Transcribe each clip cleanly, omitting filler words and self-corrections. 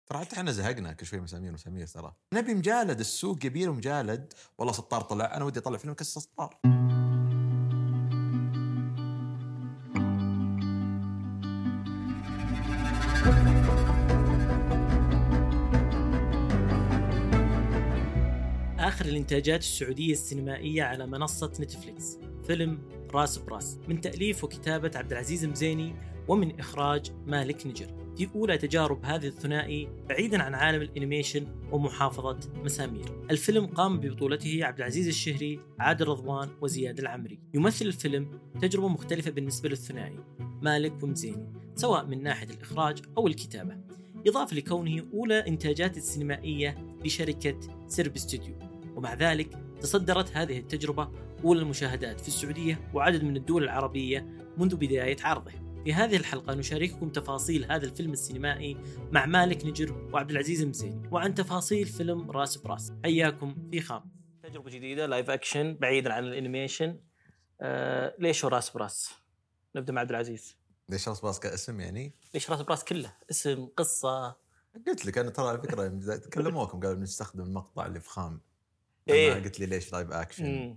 ترى حتى احنا زهقنا كل شوي مسامير ترى نبي مجالد، السوق يبي له مجالد. والله سطار طلع، انا ودي اطلع فيلم قصة سطار. آخر الإنتاجات السعودية السينمائية على منصة نتفليكس فيلم راس براس، من تأليف وكتابة عبد العزيز مزيني ومن إخراج مالك نجر، في أولى تجارب هذا الثنائي بعيداً عن عالم الأنيميشن ومحافظة مسامير. الفيلم قام ببطولته عبد العزيز الشهري، عادل رضوان، وزياد العمري. يمثل الفيلم تجربة مختلفة بالنسبة للثنائي مالك ومزيني، سواء من ناحية الإخراج أو الكتابة، إضافة لكونه أولى إنتاجات السينمائية لشركة سيرب ستوديو. ومع ذلك تصدرت هذه التجربة أولى المشاهدات في السعودية وعدد من الدول العربية منذ بداية عرضه. في هذه الحلقة نشارككم تفاصيل هذا الفيلم السينمائي مع مالك نجر وعبد العزيز مزيني، وعن تفاصيل فيلم راس براس. حياكم في خام. تجربة جديدة لايف أكشن بعيدا عن الانيميشن. ليش راس براس؟ نبدأ مع عبد العزيز. ليش راس براس كاسم يعني؟ ليش راس براس كله اسم قصة؟ قلت لك انا ترى على فكرة كلموكم قالوا بنستخدم المقطع اللي في خام. إيه؟ قلت لي ليش لايف اكشن.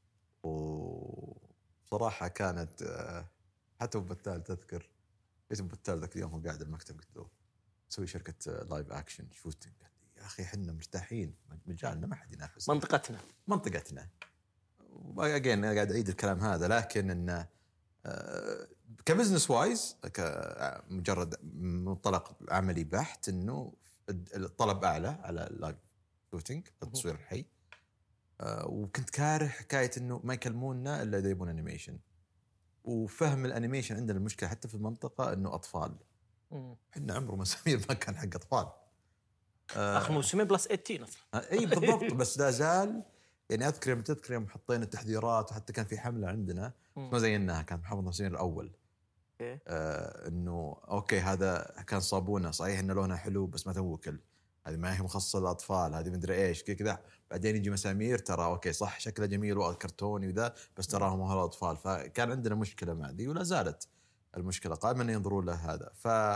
وصراحة كانت حتى ببتال تذكر قلت ببتال ذاك اليوم هو قاعد المكتب، قلت له نسوي شركة لايف اكشن شوتنج. قال لي يا اخي احنا مرتاحين مجالنا ما حد ينافس، منطقتنا. وأجين أنا قاعد أعيد الكلام هذا، لكن إنه كبزنس وايز كمجرد منطلق عملي بحت إنه الطلب أعلى على اللايف شوتينج التصوير الحي. وكنت كاره حكاية إنه ما يكلموننا إلا إذا يبون أنيميشن، وفهم الأنيميشن عندنا المشكلة حتى في المنطقة إنه أطفال. إحنا عمره مسامير ما كان حق أطفال. آخر موسمين بلس 18 أصلا. أي بالضبط. بس لا زال يعني أذكر يوم حطينا التحذيرات، وحتى كان في حملة عندنا ما زيناها، كان محافظ مسامير الأول. إنه أوكي هذا كان صابونة صحيح إنه لونها حلو بس ما توكل، هذه ما هي مخصصة للأطفال، هذه مدري إيش كذا. بعدين يجي مسامير ترى أوكي صح شكله جميل وكرتوني وذا، بس تراهم هو الأطفال. فكان عندنا مشكلة مع ذي ولا زالت المشكلة قائمة أن ينظرون له هذا.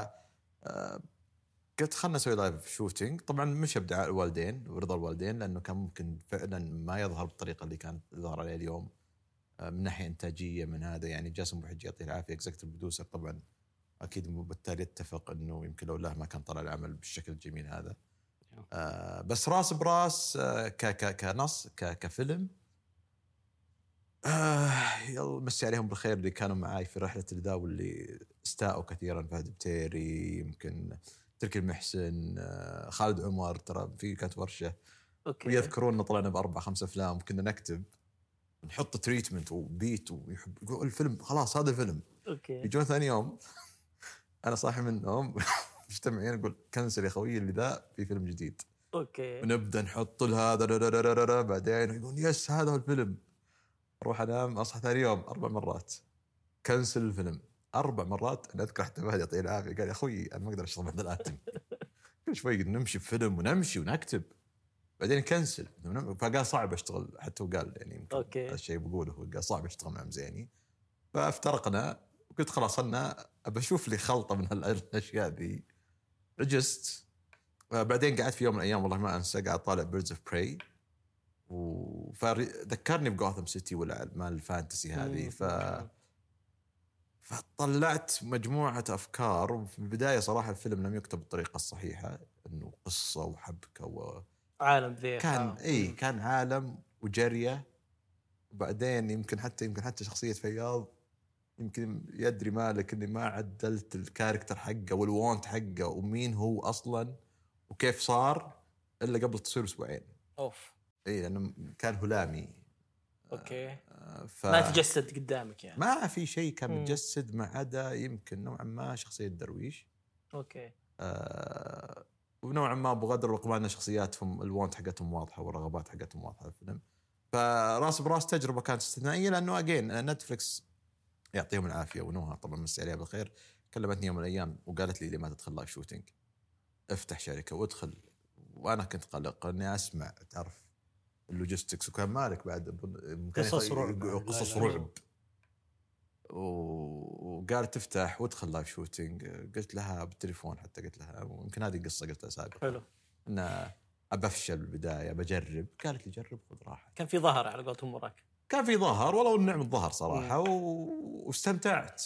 قلت خلنا نسوي لايف شوتينج. طبعا مش بدعاء الوالدين ورضا الوالدين، لأنه كان ممكن فعلا ما يظهر بالطريقة اللي كانت يظهر عليه اليوم من ناحية إنتاجية. من هذا يعني جاسم بوحجي يعطيه العافية إكزكتيف برودوسر طبعا أكيد بالتالي يتفق إنه يمكن لو لا ما كان طلع العمل بالشكل الجميل هذا. بس راس براس كنص كفيلم يلا مسي عليهم بالخير اللي كانوا معاي في رحلة الدا واللي استاءوا كثيرا. فهد بتيري، يمكن تركي المحسن، خالد عمر، ترى في كانت ورشة. ويذكرون إن طلعنا ب4-5 أفلام وكنا نكتب نحط تريتمنت وبيت ويحب يقول الفيلم خلاص هذا الفيلم. يجون ثاني يوم أنا صاحي منهم مجتمعين نقول كنسل يا خوي اللي ذا في فيلم جديد. ونبدأ نحط هذا بعدين يقول يس هذا هو الفيلم. أروح أنام أصحى ثاني يوم 4 مرات كنسل الفيلم 4 مرات. أنا أذكر حتى فهد يعطيه العافية قال يا أخوي أنا ما أقدر أشتغل بعد الآتم كل شوي نمشي بفيلم ونمشي ونكتب بعدين كنسل. فقال صعب أشتغل، حتى وقال يعني الشيء بقوله قال صعب أشتغل مع مزيني. فافترقنا وقلت خلاص أنا أبشوف لي خلطة من هالأشياء ذي. رجست بعدين قعدت في يوم من الأيام والله ما أنسى قاعد طالع بيردز اوف براي فذكرني بغوثم سيتي ولا مال الفانتسي هذه. فطلعت مجموعة أفكار. وفي البداية صراحة الفيلم لم يكتب بالطريقة الصحيحة، إنه قصة وحبكة عالم ذي كان كان عالم وجرية. وبعدين يمكن حتى شخصية فياض يمكن يدري مالك إني ما عدلت الكاركتر حقه والوونت حقه ومين هو أصلاً وكيف صار إلا قبل تصوير أسبوعين. لأنه كان هلامي. ما تجسد قدامك يعني. ما في شيء كان متجسد ما عدا يمكن نوعا ما شخصية درويش. ونوعا ما بقدر الوقت شخصياتهم الوونت حقتهم واضحة والرغبات حقتهم واضحة في الفيلم. فراس براس تجربة كانت استثنائية لأنه نتفليكس يعطيهم العافية ونوها طبعا مسي عليها بالخير كلمتني يوم من الأيام وقالت لي ما تدخل لايف شوتينج افتح شركة وادخل. وأنا كنت قلق أني أسمع تعرف اللوجيستكس وكان مالك بعد قصص رعب ومن وقالت تفتح وادخل لايف شوتينج. قلت لها بالتليفون حتى، قلت لها ممكن هذه القصة قلتها سابقا حلو أن أبفشل بالبداية بجرب. قالت لي جرب خذ راحة. كان في ظهر على قولتهم وراك. كان في ظهر والله والنعم الظهر صراحة واستمتعت.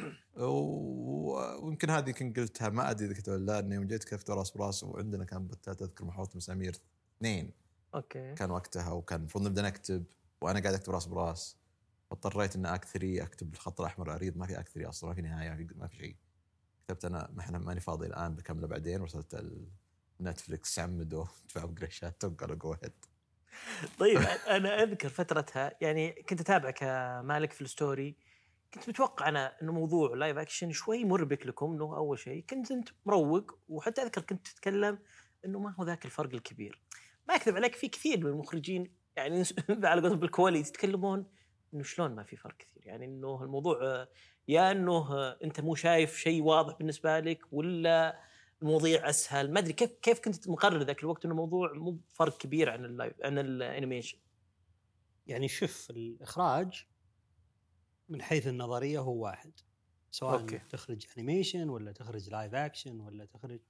ويمكن هذه كنت قلتها ما أدري إذا كنت ولا لا، إني يوم جيت كتبت راس براس وعندنا كان بتات أذكر محاولة مسامير 2 أوكي كان وقتها، وكان المفروض نبدأ نكتب وأنا قاعد أكتب راس براس، فاضطريت إن أكت 3 أكتب بالخط الأحمر عريض، ما في أكت 3 أصلا، ما في نهاية، ما في شيء. كتبت أنا ماني فاضي الآن بكمله بعدين. وصلت نتفليكس عمدوا دفعوا بقرشات وقالوا جو هيد. طيب أنا أذكر فترتها يعني كنت أتابعك مالك في الستوري، كنت متوقع أنا إنه موضوع لايف أكشن شوي مربك لكم. إنه أول شيء كنت أنت مروق، وحتى أذكر كنت تتكلم إنه ما هو ذاك الفرق الكبير. ما أكذب عليك، في كثير من المخرجين يعني على قولتهم بالكواليتي يتكلمون إنه شلون ما في فرق كثير، يعني إنه الموضوع يا إنه أنت مو شايف شيء واضح بالنسبة لك، ولا المواضيع أسهل. ما أدري كيف كنت مقرر ذاك الوقت إنه الموضوع مو فرق كبير عن اللايف عن الأنيميشن. يعني شوف، الإخراج من حيث النظرية هو واحد، سواء أوكي. تخرج أنيميشن ولا تخرج لايف أكشن ولا تخرج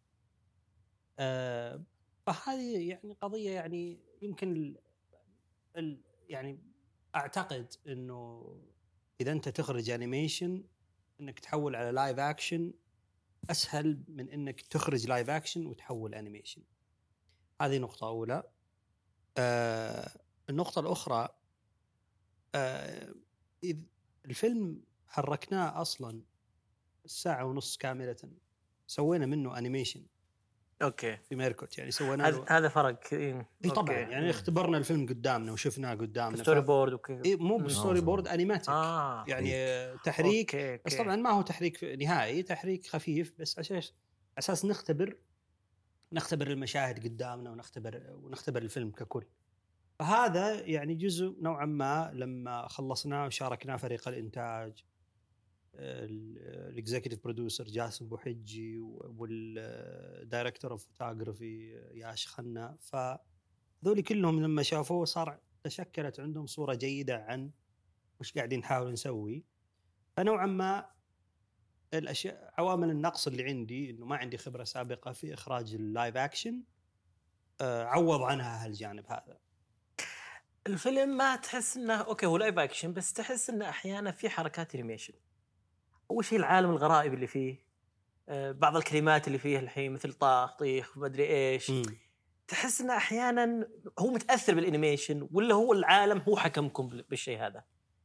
فهذه يعني قضية يعني يمكن يعني أعتقد إنه إذا أنت تخرج أنيميشن إنك تحول على لايف أكشن أسهل من إنك تخرج لايف أكشن وتحول أنيميشن. هذه نقطة أولى. النقطة الأخرى، إذ الفيلم حركناه أصلاً 1.5 ساعة كاملة، سوينا منه أنيميشن. أوكي. في ميركوت يعني سوينا هذا فرق. طبعاً يعني اختبرنا الفيلم قدامنا وشفناه قدامنا. ستوري بورد وكذا. مو بالستوري بورد، أنيماتيك. يعني تحريك. أوكي. بس طبعاً ما هو تحريك نهائي، تحريك خفيف بس أساس نختبر المشاهد قدامنا ونختبر الفيلم ككل. فهذا يعني جزء نوعا ما لما خلصناه وشاركناه فريق الإنتاج، الإكزيكتيف برودوسر جاسم بوحجي والدايركتور اوف فوتوغرافي ياش خنا، فذولي كلهم لما شافوه صار تشكلت عندهم صورة جيدة عن وش قاعدين نحاول نسوي. فنوعا ما الأشياء عوامل النقص اللي عندي إنه ما عندي خبرة سابقة في إخراج اللايف أكشن عوض عنها هالجانب هذا. الفيلم ما تحس إنه أوكي هو لايف أكشن، بس تحس إنه أحيانا في حركات أنيميشن. أول شيء العالم الغرائب اللي فيه، بعض الكلمات اللي فيه الحين مثل طاخ طيخ وما أدري إيش. تحس إنه أحيانا هو متأثر بالأنيميشن، ولا هو العالم هو حكمكم بالشيء هذا؟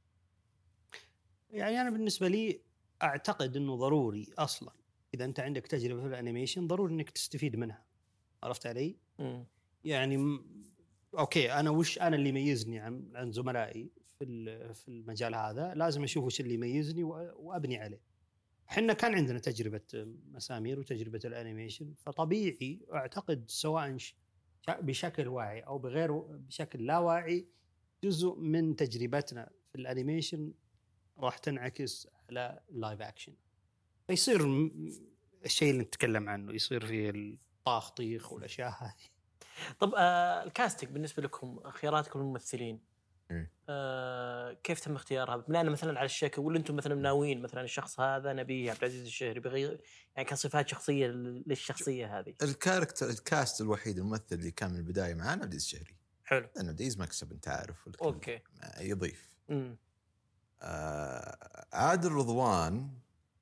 يعني أنا بالنسبة لي أعتقد إنه ضروري أصلاً إذا أنت عندك تجربة في الأنيميشن ضروري إنك تستفيد منها. عرفت علي؟ يعني أوكي، أنا اللي يميزني عن زملائي في المجال هذا، لازم أشوف وش اللي يميزني وأبني عليه. حنا كان عندنا تجربة مسامير وتجربة الأنيميشن، فطبيعي أعتقد سواء بشكل واعي أو بشكل لا واعي جزء من تجربتنا في الأنيميشن راح تنعكس على اللايف أكشن، فيصير الشيء اللي نتكلم عنه يصير فيه الطاخ طيخ والأشياء هذه. طب الكاستنج بالنسبة لكم، خياراتكم الممثلين كيف تم اختيارها؟ بناء مثلا على الشكل، ولا انتم مثلا ناويين مثلا الشخص هذا نبيه عبد العزيز الشهري بغير يعني كصفات شخصيه للشخصيه هذه؟ الكاست الوحيد الممثل اللي كان من البدايه معنا عبد العزيز الشهري. حلو. لانه عبد العزيز مكسب انت عارف. اوكي. يضيف. عادل رضوان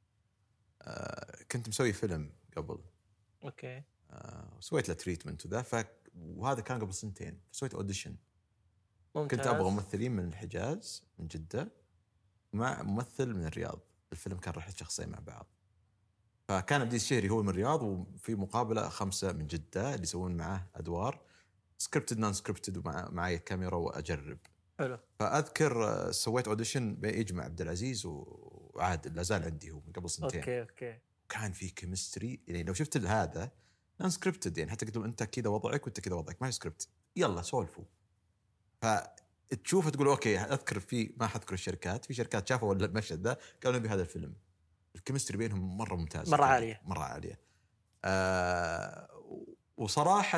كنت مسوي فيلم قبل. اوكي. سويت له تريتمنت وهذا كان قبل 2 سنين، فسويت اوديشن. ممتاز. كنت ابغى ممثلين من الحجاز من جدة مع ممثل من الرياض. الفيلم كان رحلة شخصين مع بعض، فكان عبد العزيز الشهري هو من الرياض، وفي مقابلة 5 من جدة اللي يسوون معاه أدوار سكريبتد نون سكريبتد، ومعي كاميرا وأجرب. حلو. فأذكر سويت أوديشن يجمع عبد العزيز وعادل، لا زال عندي هو من قبل 2 سنين. اوكي. كان في كيمستري يعني لو شفت هذا نون سكريبتد، يعني حتى قلت له أنت كذا وضعك وأنت كذا وضعك، ما هي سكريبت، يلا سولفوا. فتشوف تقول أوكي. أذكر ما حذكر الشركات، في شركات شافوا المشهد ذا قالوا نبي هذا الفيلم. الكيمستري بينهم مرة ممتاز، مرة عالية. وصراحة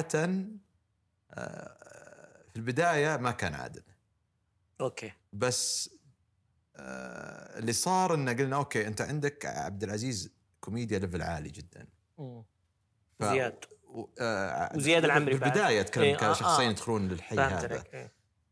في البداية ما كان عادل. اوكي. بس اللي صار إن قلنا أوكي أنت عندك عبد العزيز كوميديا ليفل عالي جدا. زياد وزياد العمري بالبداية أتكلم كشخصين يدخلون للحي هذا. إيه.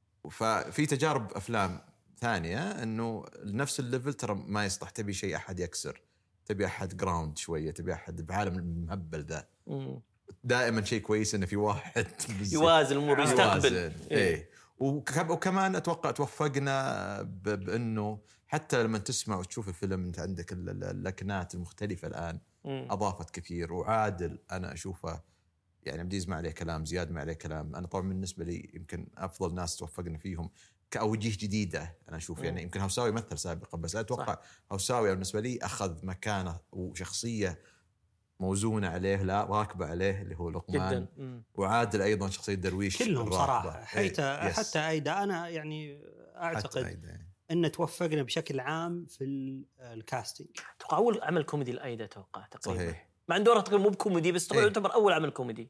ففي تجارب أفلام ثانية إنه نفس الليفل ترى ما يصلح، تبي شيء أحد يكسر، تبي أحد جراوند شوية، تبي أحد بعالم المهبل ذا. دائما شيء كويس إنه في واحد يوازن الأمور يستقبل. إيه. وكمان أتوقع توفقنا بأنه حتى لما تسمع وتشوف الفيلم أنت عندك اللكنات المختلفة الآن أضافت كثير. وعادل أنا أشوفه يعني بدي أسمع عليه كلام، زياد ما عليه كلام. أنا طبعا بالنسبة لي يمكن أفضل ناس توفقنا فيهم كأوجيه جديدة. أنا أشوف يعني يمكن هوساوي مثل سابقا، بس أتوقع هوساوي بالنسبة لي أخذ مكانه وشخصية موزونة عليه، لا راكبة عليه، اللي هو لقمان. وعادل أيضا شخصية درويش كلهم صراحة. حتى أيدا أنا يعني أعتقد إن توفقنا بشكل عام في الكاستينج. أتوقع أول عمل كوميدي لأيدا تقريبا. صحيح. مع أن دوره تقريبا مو بكوميدي بس يعتبر أول عمل كوميدي.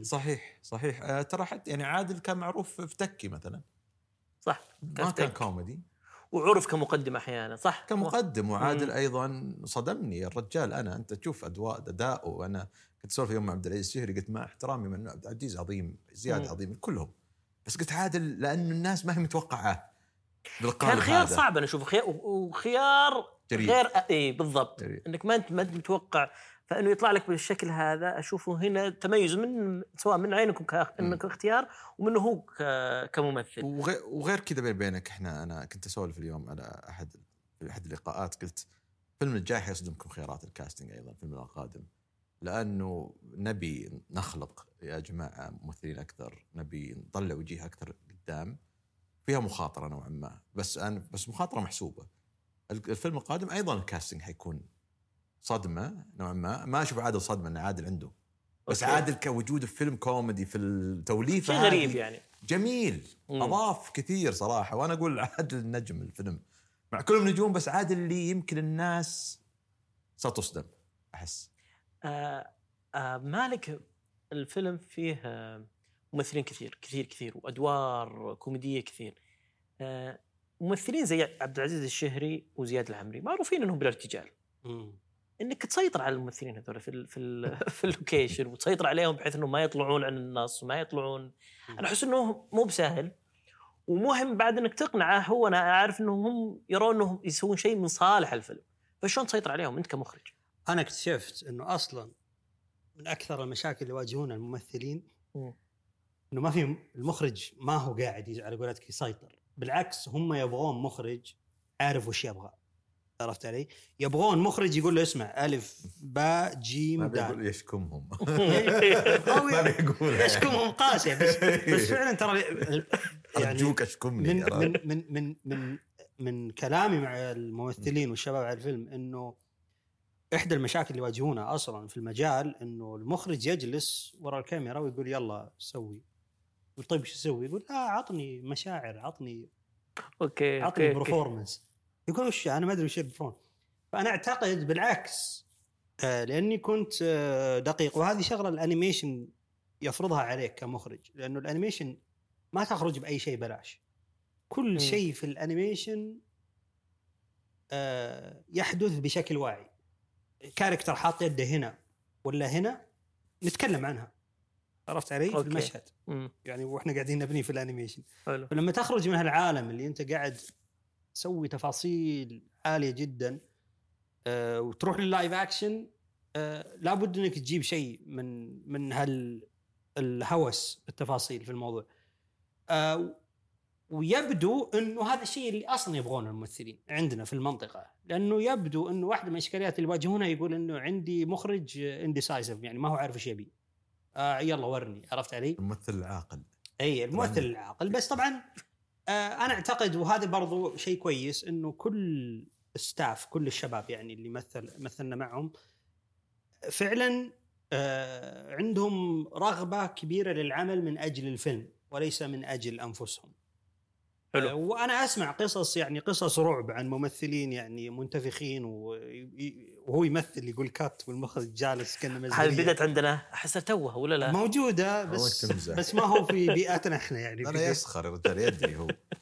صحيح. ترى حتى يعني عادل كان معروف في تكي مثلا. صح. ما كان كوميدي. وعرف كمقدم أحيانا. صح. كمقدم. وعادل أيضا صدمني الرجال. أنت تشوف أداءه. وأنا كنت سولف يوم مع عبد العزيز الشهري قلت مع احترامي من عبد العزيز عظيم، زياد عظيم، كلهم، بس قلت عادل لأنه الناس ما هي متوقعة بالقالب هذا. كان خيار صعب. أنا أشوف خيار غير بالضبط جريب. إنك ما أنت متوقع، فإنه يطلع لك بالشكل هذا. أشوفه هنا تميز من سواء من عينكم كأنك اختيار ومنه هو كممثل. وغير كذا بينك إحنا. أنا كنت أسولف اليوم على أحد اللقاءات، قلت فيلم الجاي حيصدمكم خيارات الكاستنج أيضا الفيلم القادم، لأنه نبي نخلق يا جماعة ممثلين أكثر، نبي نطلع وجيه أكثر قدام، فيها مخاطرة نوعا ما، بس مخاطرة محسوبة. الفيلم القادم أيضا الكاستنج حيكون صدمة نوعا ما أشوف عادل صدمة أن عادل عنده، بس عادل كوجوده في فيلم كوميدي في التوليفة شيء غريب يعني جميل. أضاف كثير صراحة. وأنا أقول عادل نجم الفيلم مع كلهم نجوم، بس عادل اللي يمكن الناس ستصدم أحس. مالك الفيلم فيه ممثلين كثير وأدوار كوميدية كثير. ممثلين زي عبد العزيز الشهري وزياد العمري معروفين أنهم بالارتجال. إنك تسيطر على الممثلين هذول في اللوكيشن وتسيطر عليهم بحيث إنهم ما يطلعون عن النص وما يطلعون. أنا أحس إنه مو بسهل، ومهم بعد إنك تقنعه. هو أنا أعرف إنهم هم يرون إنهم يسوون شيء من صالح الفيلم، فشون تسيطر عليهم أنت كمخرج؟ أنا اكتشفت إنه أصلاً من أكثر المشاكل اللي يواجهونها الممثلين إنه ما في المخرج ما هو قاعد على قولتك يسيطر، بالعكس هم يبغون مخرج عارف وش يبغى. عرفت علي؟ يبغون مخرج يقول له اسمع ألف باء جيم دال. ما بيقول يشكمهم. ما بيقول يشكمهم قاسية، بس فعلا ترى يعني أرجوك أشكمني. من كلامي مع الممثلين والشباب على الفيلم إنه إحدى المشاكل اللي يواجهونها أصلاً في المجال إنه المخرج يجلس وراء الكاميرا ويقول يلا سوي. طيب شو أسوي؟ يقول عطني مشاعر، عطني برفورمانس. يقول وش أنا ما أدري وش البرفورمانس. فأنا أعتقد بالعكس لأني كنت دقيق، وهذه شغلة الأنيميشن يفرضها عليك كمخرج، لأنه الأنيميشن ما تخرج بأي شيء بلاش. كل شيء في الأنيميشن يحدث بشكل واعي. كاركتر حاط يده هنا ولا هنا نتكلم عنها. عرفت علي؟ في المشهد يعني وإحنا قاعدين نبني في الأنيميشن. فلما تخرج من هالعالم اللي أنت قاعد تسوي تفاصيل عالية جدا وتروح لللايف أكشن، لابد أنك تجيب شيء من هالهوس التفاصيل في الموضوع. ويبدو أنه هذا الشيء اللي أصلا يبغونه الممثلين عندنا في المنطقة، لأنه يبدو أنه واحدة من الإشكاليات اللي يواجهونها يقول أنه عندي مخرج انديسايسيف، يعني ما هو عارف إيش يبي. يلا ورني. عرفت علي؟ الممثل العاقل. أي الممثل العاقل. بس طبعا أنا أعتقد وهذا برضو شيء كويس إنه كل ستاف كل الشباب يعني اللي مثلنا معهم فعلا عندهم رغبة كبيرة للعمل من أجل الفيلم وليس من أجل أنفسهم. وأنا أسمع قصص يعني قصص رعب عن ممثلين يعني منتفخين وهو يمثل يقول كات والمخرج جالس كأنه مزرية. هل بدت عندنا أحس توه ولا لا؟ موجودة بس ما هو في بيئتنا إحنا يعني. أنا يسخر الرجال يدري هو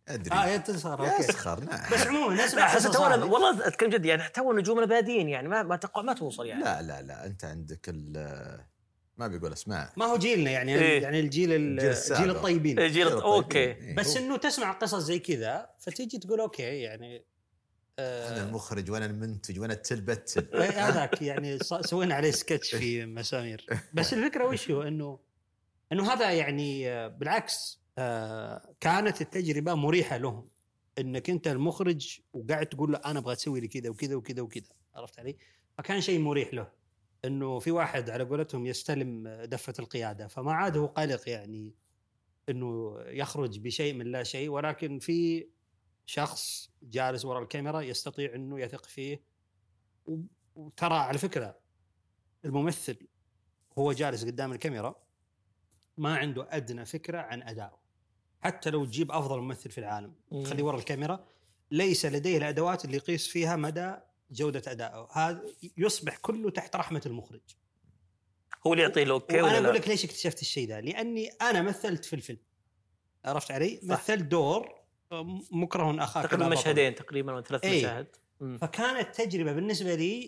ادري تسخر اوكي يسخر نعم. بس عموما نسمع بس والله اتكلم جد يعني تو نجومنا بادين يعني ما توصل يعني. لا انت عندك ما بيقول اسماء، ما هو جيلنا يعني يعني الجيل الطيبين اوكي بس انه تسمع قصص زي كذا فتيجي تقول اوكي يعني انا المخرج وانا المنتج وانا التلبت هذاك يعني سوينا عليه سكتش في مسامير. بس الفكره وش هو انه هذا يعني بالعكس كانت التجربه مريحه لهم، انك انت المخرج وقاعد تقول له انا ابغى تسوي لي كذا وكذا وكذا وكذا، عرفت علي؟ فكان شيء مريح له انه في واحد على قولتهم يستلم دفه القياده، فما عاد هو قلق يعني انه يخرج بشيء من لا شيء، ولكن في شخص جالس وراء الكاميرا يستطيع انه يثق فيه. وترى على فكره الممثل هو جالس قدام الكاميرا ما عنده ادنى فكره عن ادائه، حتى لو تجيب افضل ممثل في العالم خليه وراء الكاميرا ليس لديه الادوات اللي يقيس فيها مدى جوده ادائه. هذا يصبح كله تحت رحمه المخرج، هو اللي يعطيه الاوكي. وانا اقول لك ليش اكتشفت الشيء ده، لاني انا مثلت في الفيلم، عرفت علي؟ مثلت دور مكره اخاك تقريبا مشهدين تقريبا او 3 مشاهد. فكانت تجربه بالنسبه لي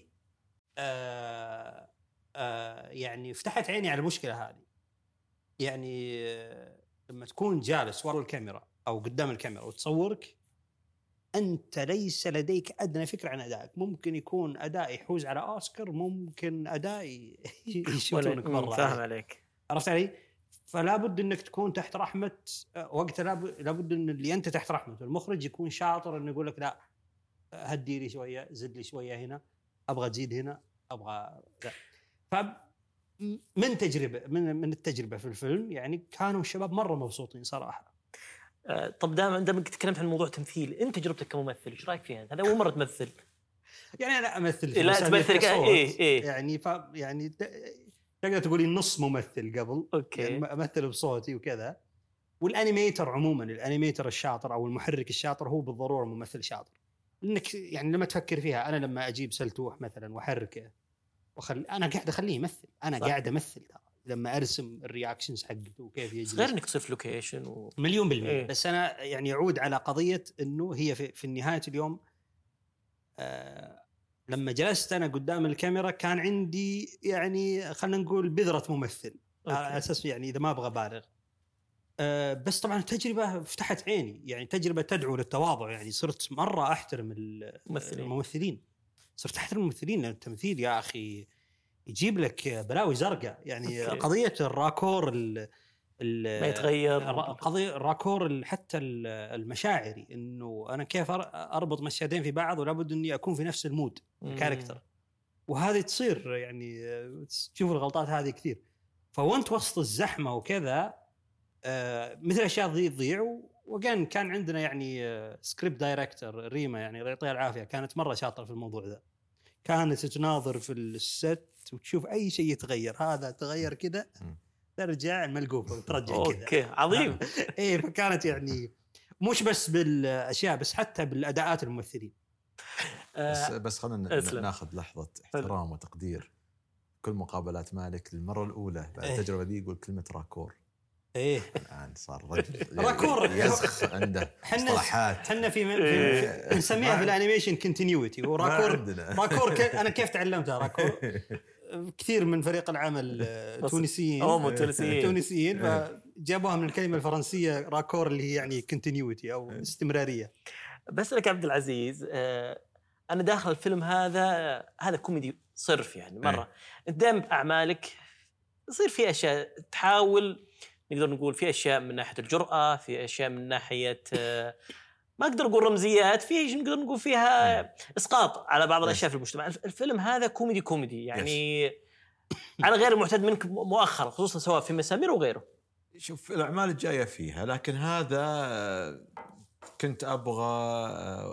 يعني فتحت عيني على المشكله هذه. يعني لما تكون جالس وراء الكاميرا او قدام الكاميرا وتصورك انت ليس لديك ادنى فكره عن ادائك، ممكن يكون اداء يحوز على اوسكار، ممكن اداء يشوفونك برا. فاهم عليك، عرفت علي؟ فلا بد انك تكون تحت رحمه وقت، لا بد ان اللي انت تحت رحمته المخرج يكون شاطر انه يقول لك لا هدي لي شويه، زد لي شويه هنا، ابغى تزيد هنا، ابغى من تجربه من التجربه في الفيلم يعني كانوا الشباب مره مبسوطين صراحه. طب دائما عندما تكلمت عن موضوع تمثيل، انت تجربتك كممثل ايش رايك فيها؟ هذا اول مره تمثل يعني انا امثل لا تمثل ايه يعني يعني تقدر تقولي نص ممثل قبل أوكي. يعني امثل بصوتي وكذا. والانيميتر عموما الانيميتر الشاطر او المحرك الشاطر هو بالضروره ممثل شاطر، لانك يعني لما تفكر فيها انا لما اجيب سلتوح مثلا واحركه انا قاعد اخليه يمثل، انا قاعد امثل لما ارسم الرياكشنز حقته وكيف يجلس، غير انك تصير لوكيشن مليون بالمية. إيه؟ بس انا يعني يعود على قضيه انه هي في نهايه اليوم لما جلست انا قدام الكاميرا كان عندي يعني خلينا نقول بذره ممثل على اساس يعني اذا ما ابغى بالغ. بس طبعا التجربه فتحت عيني، يعني تجربه تدعو للتواضع، يعني صرت مره احترم الممثلين، صرت احترم الممثلين لأن التمثيل يا اخي يجيب لك بلاوي زرقاء يعني. قضيه الراكور ما يتغير، قضيه الراكور حتى المشاعري، انه انا كيف اربط مشهدين في بعض ولا بد اني اكون في نفس المود الكاركتر، وهذه تصير يعني تشوف الغلطات هذه كثير. فوانت وسط الزحمه وكذا مثل اشياء تضيع. وكان عندنا يعني سكريبت دايركتور ريما يعني الله يعطيها العافيه، كانت مره شاطره في الموضوع ذا، كانت تناظر في الست وتشوف اي شيء يتغير، هذا تغير كذا ترجع الملقوفه وترجع كذا. اوكي عظيم. ايه فكانت يعني مش بس بالاشياء بس حتى بالاداءات الممثلين. بس خلينا ناخذ لحظه احترام وتقدير كل مقابلات مالك للمره الاولى بعد التجربه دي يقول كلمه راكور. ايه الان صار رجل راكور يزخ عنده مصطلحات احنا في نسميها في الانيميشن كونتينيوتي. راكور انا كيف تعلمتها راكور؟ كثير من فريق العمل تونسيين فجابوها من الكلمه الفرنسيه راكور اللي هي يعني كونتينيوتي او استمراريه. بس لك عبد العزيز انا داخل الفيلم هذا كوميدي صرف يعني مره. انت دائما باعمالك يصير في اشياء تحاول نقدر نقول في اشياء من ناحيه الجرأه، في اشياء من ناحيه ما اقدر اقول رمزيات، في نقدر نقول فيها اسقاط على بعض الاشياء في المجتمع. الفيلم هذا كوميدي يعني على غير المعتاد منك مؤخرا، خصوصا سواء في مسامير وغيره. شوف الاعمال الجايه فيها، لكن هذا كنت ابغى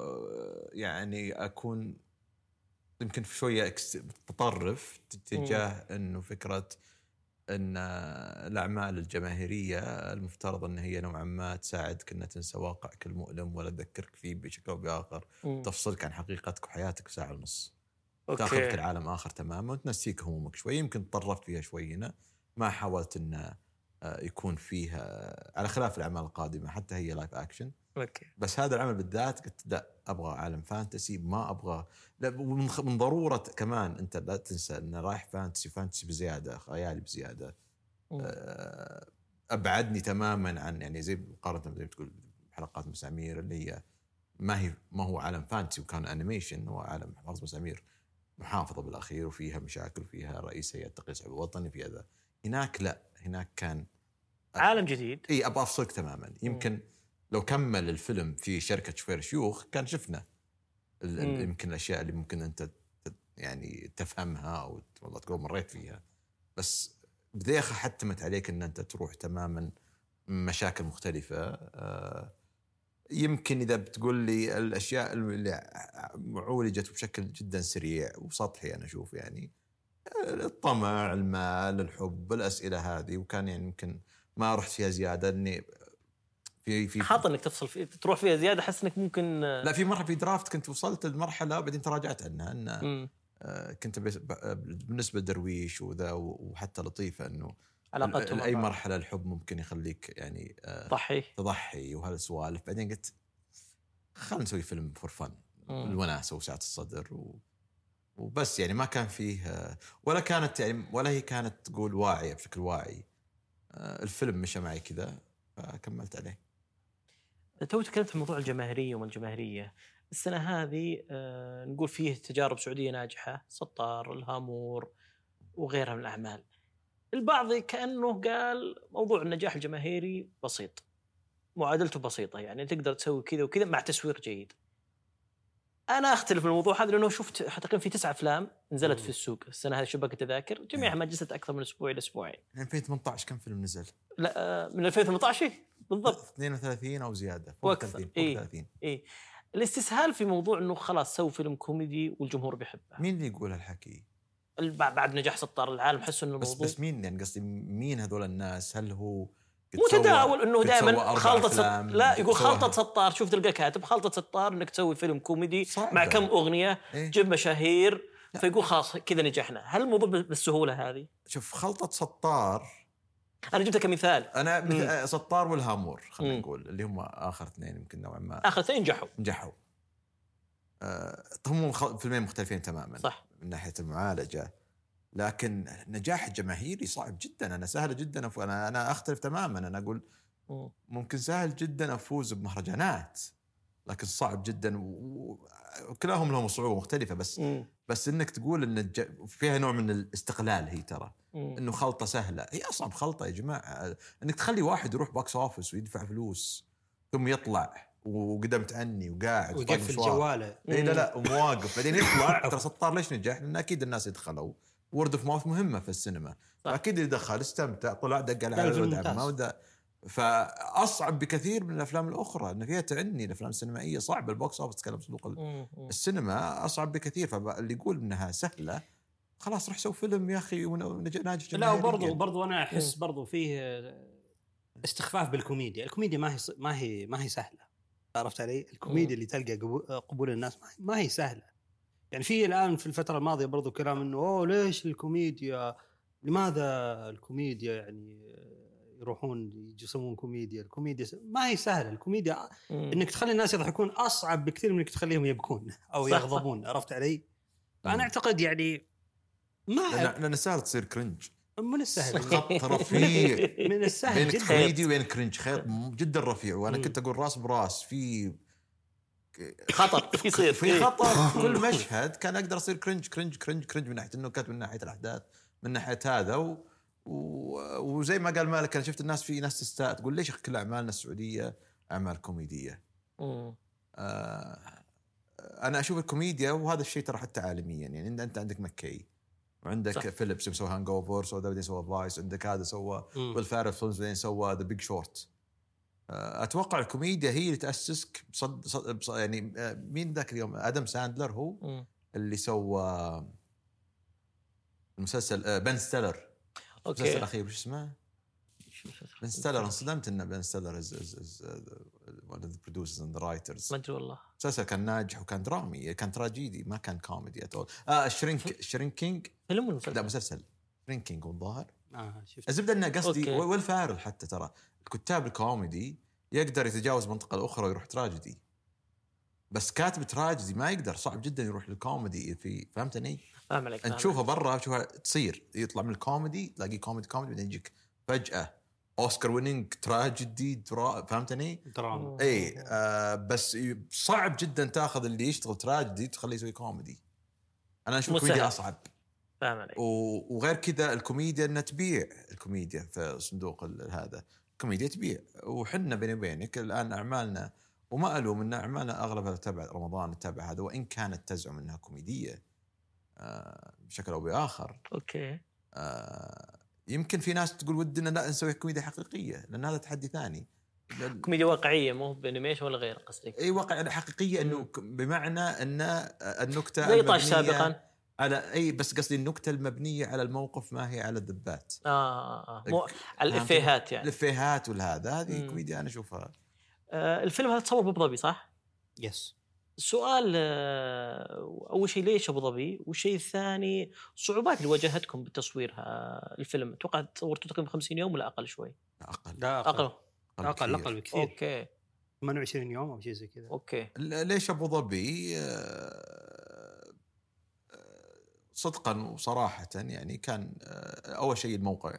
يعني اكون يمكن شويه متطرف تجاه انه فكره ان الاعمال الجماهيريه المفترض ان هي نوعا ما تساعدك ان تنسى واقعك المؤلم ولا تذكرك فيه بشكل او باخر، تفصلك عن حقيقتك وحياتك ساعه ونص، تاخذك العالم اخر تماما وتنسيك همومك شوي. يمكن تطرفت فيها شوي هنا، ما حاولت ان يكون فيها على خلاف الأعمال القادمة حتى هي لايف أكشن. أوكي. بس هذا العمل بالذات قلت لا أبغى عالم فانتسي، ما أبغى لا من ضرورة كمان أنت لا تنسى أنه رايح فانتسي بزيادة، خيالي بزيادة. أبعدني تماما عن يعني زي مقارنة زي ما تقول حلقات مسامير اللي هي ما هو عالم فانتسي وكان أنيميشن، هو عالم حلقات مسامير محافظة بالأخير وفيها مشاكل وفيها رئيس هيئة تقييم الشعب الوطني في هذا. هناك لا، هناك كان عالم جديد. اي ابغى افصلك تماما. يمكن لو كمل الفيلم في شركة شوفير شيوخ كان شفنا يمكن الاشياء اللي ممكن انت يعني تفهمها او والله تقول مريت فيها، بس بديخة حتمت عليك ان انت تروح تماما مشاكل مختلفة. يمكن اذا بتقول لي الاشياء اللي عولجت بشكل جدا سريع وسطحي انا اشوف يعني الطمع، المال، الحب، الأسئلة هذه، وكان يعني يمكن ما رحت فيها زيادة اني في حاط انك تفصل في تروح فيها زيادة، حس انك ممكن لا في مرة في درافت كنت وصلت لمرحلة بعدين تراجعت عنها ان كنت بالنسبة لدرويش وذا وحتى لطيفة انه علاقتهم اي مرحلة الحب ممكن يخليك يعني تضحي وهالسوالف. بعدين قلت خلنا نسوي فيلم فور فن، الوناسة وسعة الصدر وبس. يعني ما كان فيه ولا كانت يعني ولا هي كانت تقول واعية بشكل واعي. الفيلم مشى معي كذا فكملت عليه. تو تكلمت عن موضوع الجماهيرية وما الجماهيرية. السنة هذه نقول فيه تجارب سعودية ناجحة، سطار، الهامور وغيرها من الأعمال. البعض كأنه قال موضوع النجاح الجماهيري بسيط، معادلته بسيطة، يعني تقدر تسوي كذا وكذا مع تسويق جيد. أنا أختلف في الموضوع هذا لأنه شفت تقريبا في 9 أفلام نزلت في السوق السنة هذه شبكة تذاكر جميعها ما جلست أكثر من أسبوع إلى أسبوعين. 2018 كم فيلم نزل؟ لا من 2018 بالضبط 32 أو زيادة فوق 30. إيه الاستسهال في موضوع إنه خلاص سوي فيلم كوميدي والجمهور بيحبه. مين اللي يقول هالحكي؟ بعد نجاح سطار العالم حسوا إنه الموضوع بس مين يعني قصدي مين هذول الناس؟ هل هو متداول انه دائما خلطه لا يقول خلطه سطار. شوف تلقى كاتب خلطه سطار انك تسوي فيلم كوميدي مع كم اغنيه جيب مشاهير فيقول خلاص كذا نجحنا. هل الموضوع بالسهوله هذه؟ شوف خلطه سطار انا جبتها كمثال. انا سطار والهامور خلينا نقول اللي هم اخر اثنين يمكن نوعا ما اخر اثنين نجحوا. هم فيلمين مختلفين تماما صح من ناحيه المعالجه، لكن نجاح الجماهيري صعب جدا. أنا سهل جدا أنا أختلف تماما. أنا أقول ممكن سهل جدا أفوز بمهرجانات، لكن صعب جدا وكلاهم لهم صعوبة مختلفة. بس إنك تقول إن فيها نوع من الاستقلال. هي ترى إنه خلطة سهلة، هي أصعب خلطة يا جماعة. إنك تخلي واحد يروح باكس أوفيس ويدفع فلوس ثم يطلع وقدمت عني وقاعد ويقفل جواله لا ومواقف بعدين يطلع. ترى سطار ليش نجح؟ لأن أكيد الناس يدخلوا وورد اوف ماوث مهمه في السينما، اكيد اللي دخل استمتع طلع دق على الولد ما ودا. فاصعب بكثير من الافلام الاخرى ان فيها تعني. الافلام السينمائيه صعب البوكس اوفيس تكلم صندوق السينما اصعب بكثير. فاللي يقول انها سهله خلاص روح سوي فيلم يا اخي ناجح. لا وبرضه انا احس برضه فيه استخفاف بالكوميديا. الكوميديا ما هي سهله، عرفت علي؟ الكوميديا اللي تلقى قبول الناس ما هي سهله. يعني في الآن في الفترة الماضية برضو كلام إنه ليش الكوميديا، لماذا الكوميديا يعني يروحون يسوون كوميديا. الكوميديا ما هي سهلة. الكوميديا إنك تخلي الناس يضحكون أصعب بكثير من إنك تخليهم يبكون أو يغضبون، عرفت علي؟ فأنا أعتقد يعني لأن سهل تصير كرنج. من السهل خط رفيع من السهل بين كوميدي وبين كرنج خيط جدا رفيع. وأنا كنت أقول راس براس في خطر يصير في خطر كل مشهد كان أقدر أصير كرنج من ناحية النكت من ناحية الأحداث من ناحية هذا وزي ما قال مالك أنا شفت الناس في ناس تستاء تقول ليش كل أعمالنا السعودية أعمال كوميدية. أنا أشوف الكوميديا وهذا الشيء ترى حتى عالميا. يعني أنت عندك مكي وعندك فيليبس سوى هانج أوفر سوى دافيد سوى فايس، عندك هذا سوى والفارس فيلمز بعدين سوى ذا بيج شورت. أتوقع الكوميديا هي اللي تأسسك يعني مين ذاك اليوم آدم ساندلر هو اللي سوى المسلسل بن ستيلر. المسلسل الأخير وش اسمه؟ بن ستيلر. انصدمت إن بن ستيلر is one of the producers and the writers. ما أدري والله. مسلسل كان ناجح وكان درامي كان تراجيدي ما كان كوميدي أتول. الشرينكينج فيلم ولا مسلسل؟ لا مسلسل فرينكينج والظاهر شفت الزبده انه قصدي والفارل حتى ترى الكتاب الكوميدي يقدر يتجاوز منطقه الاخرى ويروح تراجيدي، بس كاتب تراجيدي ما يقدر، صعب جدا يروح للكوميدي في فهمتني؟ انت تشوفه برا تشوفها تصير يطلع من الكوميدي تلاقي كوميدي بعدين يجيك فجأة اوسكار ويننج تراجيدي فهمتني؟ دراما اي بس صعب جدا تاخذ اللي يشتغل تراجيدي تخليه يسوي كوميدي. انا اشوف كوميديا اصعب. فاهم عليك. وغير كذا الكوميديا انها تبيع، الكوميديا في صندوق هذا الكوميديا تبيع، وحنا بيني وبينك الان اعمالنا وما الوم ان اعمالنا اغلبها تبع رمضان تبع هذا، وان كانت تزعم انها كوميديه بشكل او باخر. اوكي يمكن في ناس تقول ودنا لا نسوي كوميديا حقيقيه لان هذا تحدي ثاني. كوميديا واقعيه مو بانيميشن ولا غير قصدك؟ اي واقع حقيقيه انه بمعنى ان النكته زي طاش سابقا على اي، بس قصدي النكته المبنيه على الموقف ما هي على الذبات. مو على الافيهات يعني الافيهات والهذا هذه كوميديا انا اشوفها. الفيلم هذا تصور بأبو ظبي صح؟ يس. السؤال اول شيء ليش ابو ظبي، والشيء الثاني الصعوبات اللي واجهتكم بتصوير الفيلم. اتوقع تصورته تقريبا 50 يوم ولا اقل شوي؟ اقل بكثير. اوكي 28 يوم او شيء زي كذا. اوكي ليش ابو ظبي؟ صدقا وصراحه يعني كان اول شيء الموقع.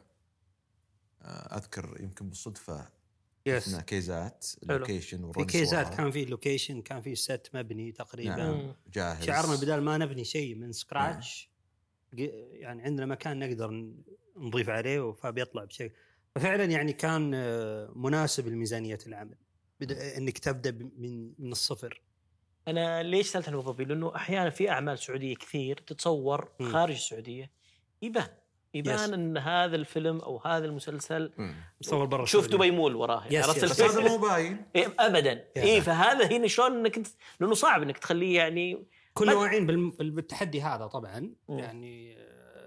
اذكر يمكن بالصدفه شفنا كيزات اللوكيشن، في كيزات كان في لوكيشن، كان في سيت مبني تقريبا. نعم. جاهز. شعرنا بدال ما نبني شيء من سكراتش يعني عندنا مكان نقدر نضيف عليه فبيطلع بشيء. ففعلا يعني كان مناسب لميزانية العمل انك تبدا من الصفر. انا ليش سالت عن ابو ظبي؟ لانه احيانا في اعمال سعوديه كثير تتصور خارج السعوديه يبان ان هذا الفيلم او هذا المسلسل مصور برا، شوف دبي مول وراه عرفت هذا مو باين ابدا. فهذا هنا شلون انك لانه صعب انك تخليه يعني كل واعين بالتحدي هذا طبعا. يعني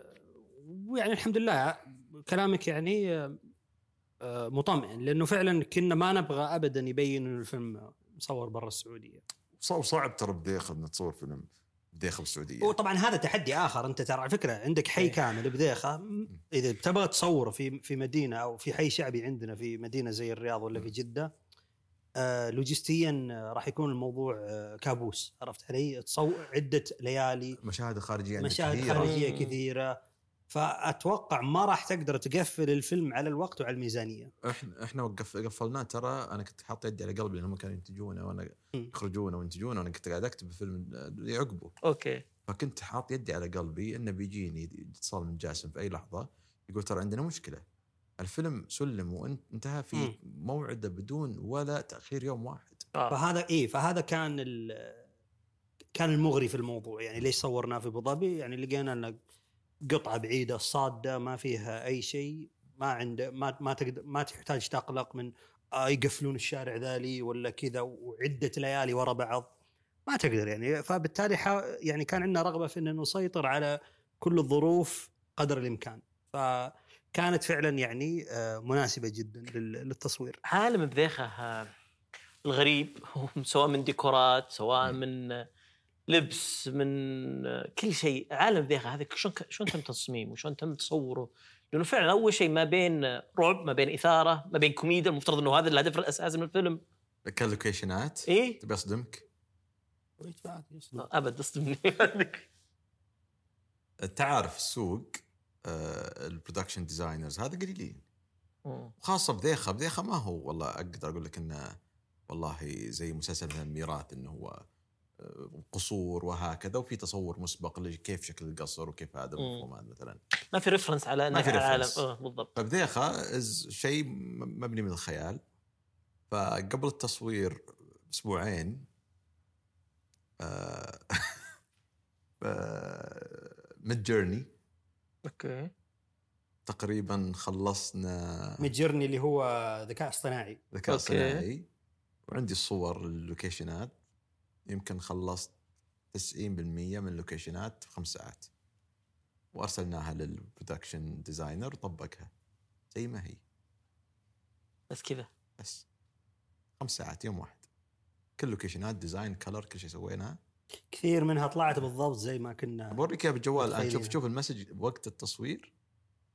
الحمد لله كلامك يعني مطمئن، لانه فعلا كنا ما نبغى ابدا يبين ان الفيلم مصور برا السعوديه. صعب ترى بديخ ان تصور فيلم بديخه بالسعوديه. وطبعا هذا تحدي اخر. انت ترى على فكره عندك حي كامل بديخه، اذا تبغى تصوره في مدينه او في حي شعبي عندنا في مدينه زي الرياض ولا في جده، لوجستيا راح يكون الموضوع كابوس. عرفت علي؟ تصور عده ليالي، مشاهد خارجيه كثيره. فأتوقع ما راح تقدر تقفل الفيلم على الوقت وعلى الميزانية. احنا قفلنا. ترى انا كنت حاط يدي على قلبي لانهم كانوا ينتجونه وانا يخرجونه وينتجونه، وانا كنت قاعد اكتب الفيلم اللي عقبه. اوكي. فكنت حاط يدي على قلبي انه بيجيني اتصال من جاسم في اي لحظه يقول ترى عندنا مشكله، الفيلم سلم وانتهى في موعده بدون ولا تاخير يوم واحد. فهذا كان المغري في الموضوع. يعني ليش صورناه في ابو ظبي؟ يعني لقينا ان قطعة بعيدة صادة ما فيها أي شيء، ما عنده ما تحتاج تقلق من يقفلون الشارع ذالي ولا كذا، وعدة ليالي ورا بعض ما تقدر يعني. فبالتالي يعني كان عندنا رغبة في أن نسيطر على كل الظروف قدر الإمكان، فكانت فعلا يعني مناسبة جدا للتصوير. عالم بذيخة الغريب سواء من ديكورات سواء من لبس من كل شيء. عالم ذيخة هذا شلون تم تصميمه وشلون تم تصوره؟ لأنه فعلا أول شيء ما بين رعب ما بين إثارة ما بين كوميديا، المفترض أنه هذا الهدف الأساسي من الفيلم. كاللوكيشنات تبي أصدمك أبد أصدمني. تعرف السوق البرودكشن ديزاينرز هذا قليلين، وخاصة بذيخة ما هو والله أقدر أقول لك إنه والله زي مسلسل مثلا ميراث إنه هو قصور وهكذا وفي تصور مسبق لكيف شكل القصر وكيف هذا المفهوم هذا مثلا ما في ريفرنس على العالم. بالضبط. فبذيخة شيء مبني من الخيال. فقبل التصوير أسبوعين ميدجورني اوكي تقريبا خلصنا. ميدجورني اللي هو ذكاء اصطناعي وعندي الصور اللوكيشنات يمكن خلصت 90% من اللوكيشنات في 5 ساعات، وأرسلناها للبرودكشن ديزاينر وطبقها زي ما هي بس كذا، بس 5 ساعات يوم واحد، كل لوكيشنات ديزاين كلر كل شيء سويناه. كثير منها طلعت بالضبط زي ما كنا. بوريك يا بالجوال الآن. شوف المسج وقت التصوير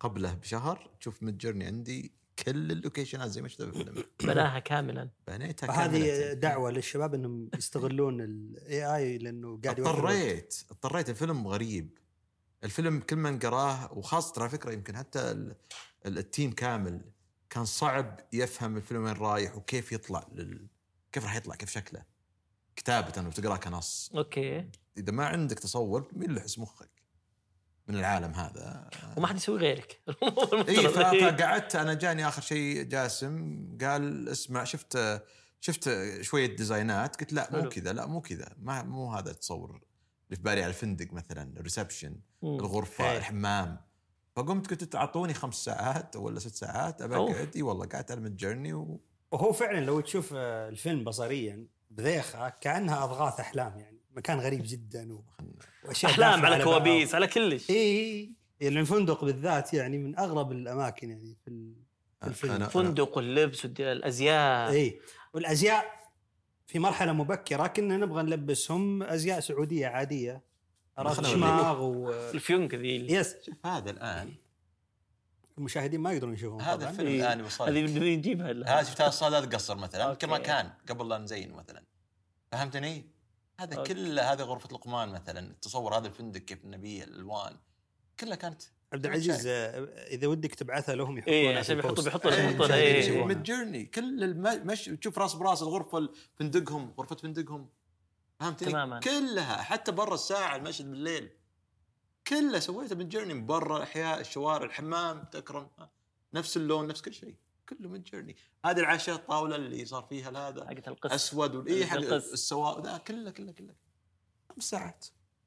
قبله بشهر تشوف ميد جيرني عندي كل اللوكيشنات زي ما شفت بالفيلم. بناها كاملا. بنيتها كاملا. هذه دعوه للشباب انهم يستغلون الاي اي لانه قاعد اضطريت. الفيلم غريب. الفيلم كل من قراه وخاصة على فكرة يمكن حتى التيم كامل كان صعب يفهم الفيلم وين رايح وكيف يطلع كيف راح يطلع، كيف شكله كتابة وتقراه كنص. اوكي. اذا ما عندك تصور مين اللي يحس مخك من العالم هذا؟ وما حد يسوي غيرك. اي فقعدت انا. جاني اخر شيء جاسم قال اسمع شفت شويه ديزاينات، قلت لا مو كذا، لا مو كذا، مو هذا التصور اللي في بالي على الفندق مثلا، الريسبشن، الغرفه، الحمام. فقمت قلت تعطوني 5 ساعات ولا 6 ساعات ابقعد. اي والله قعدت على ميد جيرني وهو فعلا لو تشوف الفيلم بصريا بذيخه كانها اضغاث احلام، يعني مكان غريب جدا واشياء احلام على كوابيس على كلش. اي يعني الفندق بالذات يعني من اغرب الاماكن يعني في الفيلم. الفندق واللبس والازياء. اي والازياء في مرحله مبكره كنا نبغى نلبسهم ازياء سعوديه عاديه، شماغ والفيونك ذي. يس. شوف هذا الان المشاهدين ما يقدرون يشوفون هذا الفيلم الان وصل. هذه نجيبها. هذا شفتها الصالات قصر مثلا كما كان قبل لا نزين مثلا، فهمتني؟ هذا كله، هذه غرفة لقمان مثلا، تصور هذا الفندق كيف النبية، الألوان كلها كانت. عبد العزيز إذا ودك تبعثها لهم يحطونها. إيه عشان يحطونها. إيه ميد جيرني كل المش تشوف راس براس الغرفة فندقهم، غرفة فندقهم، فهمتني؟ تماما. كلها حتى برا الساعة المشهد بالليل كله سويته ميد جيرني، من برا الأحياء، الشوارع، الحمام، تكرم نفس اللون، نفس كل شيء، كله ميد جيرني. هذه العشاء الطاولة اللي صار فيها هذا أسود والإيه حق السواء ده كله 5 ساعات.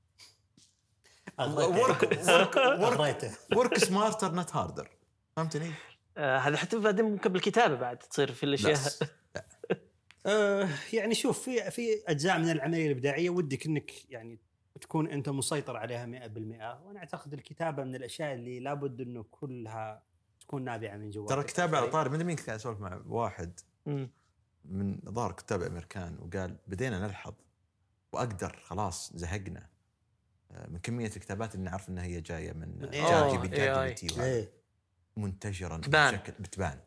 ورك سمارتر نت هاردر، فهمتني؟ هذا حتى بعدين ممكن بالكتابة بعد تصير في الأشياء. يعني شوف في أجزاء من العملية الإبداعية ودك إنك يعني تكون أنت مسيطر عليها 100%، وأنا أعتقد الكتابة من الأشياء اللي لابد إنه كلها تكون نابعة من جوا. ترى الكتابة على طاري، من مين كنت أسولف مع واحد من ظهر كتاب أمريكان وقال بدينا نلحظ وأقدر خلاص زهقنا من كمية الكتابات اللي نعرف أنها هي جاية من ChatGPT منتشرا بشكل بتبان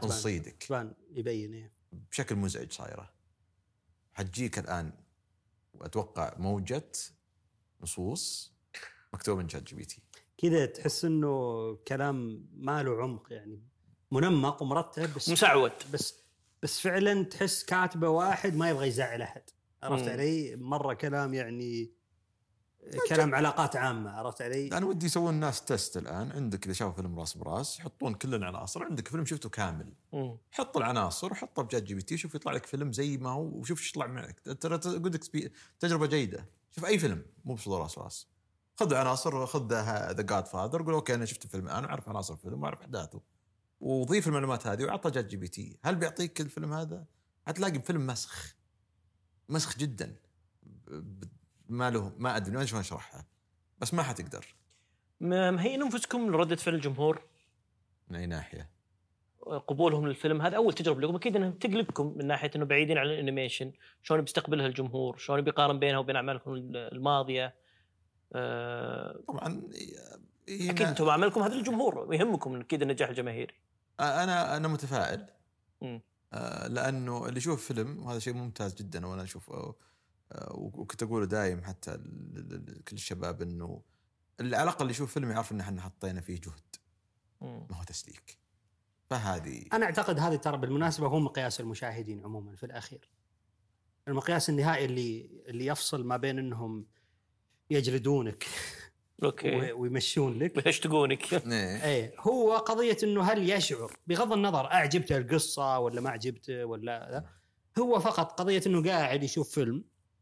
يبين بشكل مزعج صايرة. حجيك الآن وأتوقع موجة نصوص مكتوبة من ChatGPT كذا، تحس إنه كلام ما له عمق، يعني منمق ومرتب بس مسعود، بس فعلا تحس كاتبه واحد ما يبغى يزعل أحد. عرفت علي؟ مرة كلام يعني كلام علاقات عامة. عرفت علي؟ أنا ودي يسوون الناس تست الآن. عندك إذا شافوا فيلم راس براس يحطون كل العناصر، عندك فيلم شفته كامل حط العناصر وحطه بChatGPT وشوف يطلع لك فيلم زي ما هو، وشوف ايش يطلع معك. ترى قلت تجربة جيدة. شوف أي فيلم مو بصدور راس براس، خذ عناصر، خذ ذا جاد فاذر، قول أوكي أنا شفت الفيلم، أنا أعرف عناصر الفيلم وأعرف أحداثه، وضيف المعلومات هذه وعطى ChatGPT. هل بيعطيك الفيلم هذا؟ هتلاقي فيلم مسخ جدا، ما أدري شلون أشرحها، بس ما حتقدر. مهيئين أنفسكم لردة فعل الجمهور من أي ناحية؟ قبولهم للفيلم هذا أول تجربة لكم، أكيد أنها تقلقكم من ناحية أنه بعيدين عن الأنيميشن، شلون بيستقبلها الجمهور، شلون بيقارن بينها وبين أعمالكم الماضية. طبعا أكيد أنتم أعمالكم هذا الجمهور يهمكم أكيد النجاح الجماهيري. أنا متفائل لأنه اللي يشوف فيلم وهذا شيء ممتاز جدا، وأنا أشوف وكنت أقوله دايم حتى كل الشباب إنه على الأقل اللي يشوف فيلم يعرف إن إحنا حطينا فيه جهد، ما هو تسليك. فهذه أنا أعتقد هذه ترى بالمناسبة هو مقياس المشاهدين عموما في الأخير، المقياس النهائي اللي يفصل ما بين إنهم يجلدونك ويمشون لك ويشتقونك. إيه هو قضية إنه هل يشعر بغض النظر أعجبته القصة ولا ما أعجبته ولا لا، هو فقط قضية إنه قاعد يشوف فيلم.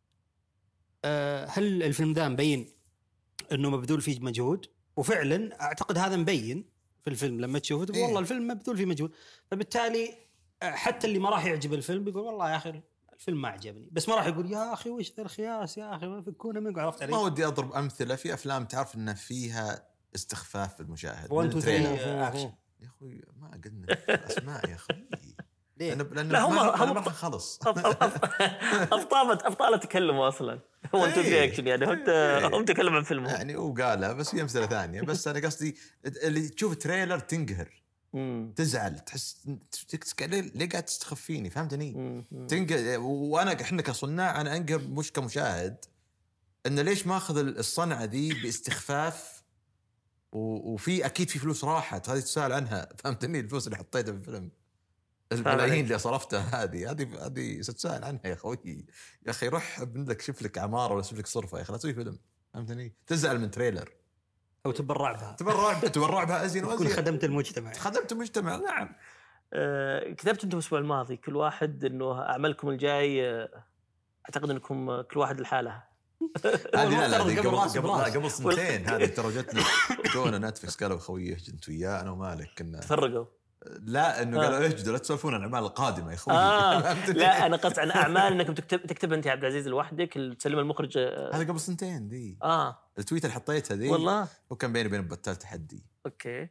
هل الفيلم ذا مبين إنه مبذول فيه مجهود؟ وفعلا أعتقد هذا مبين في الفيلم لما تشوفه تقول والله الفيلم مبذول فيه مجهود. فبالتالي حتى اللي ما راح يعجب الفيلم بيقول والله يا أخي الفيلم ما عجبني، بس ما راح يقول يا أخي وش ذا الخياس يا أخي ما فكونا منك. عرفت علي؟ ما ودي أضرب أمثلة في أفلام تعرف إن فيها استخفاف في المشاهد. يا أخوي ما قلنا أسماء يا أخوي لأنه لا هم خلص أبطال تكلموا أصلا. هو انت رياكشن يعني هم تكلم عن فيلمه يعني وقالها بس هي مسألة ثانية. بس أنا قصدي اللي تشوف تريلر تنقهر تزعل تحس ليه قاعد تستخفيني فهمتني تنقهر. وأنا إحنا كصناع أنا أنقهر مش كمشاهد إنه ليش ما أخذ الصنعة ذي باستخفاف وفي أكيد في فلوس راحت هذه تسأل عنها فهمتني. الفلوس اللي حطيتها في الفيلم الملايين اللي صرفتها هذه ستسأل عنها يا خوي. يا أخي روح ابن لك شوف لك عمارة ولا شوف لك صرفة يا أخي لا تسوي فيلم فهمتني. تزعل من تريلر أو تبرع بها أزين وأزين. خدمت المجتمع نعم. كتبت أنتم الأسبوع الماضي كل واحد إنه أعمالكم الجاي أعتقد أنكم كل واحد لحاله. قبل سنتين هذه ترى جتنا جونا نتفلكس قالوا خويه انت وياه انا ومالك كنا تفرقوا. لا انه قالوا اجدوا لا تسولفون عن الاعمال القادمه يا خوي. لا انا قصدي عن اعمال انكم تكتب انت يا عبد العزيز لوحدك تسلم المخرج. هذا قبل سنتين ذي التويتر اللي حطيتها ذي والله وكان بيني وبين بطال تحدي. اوكي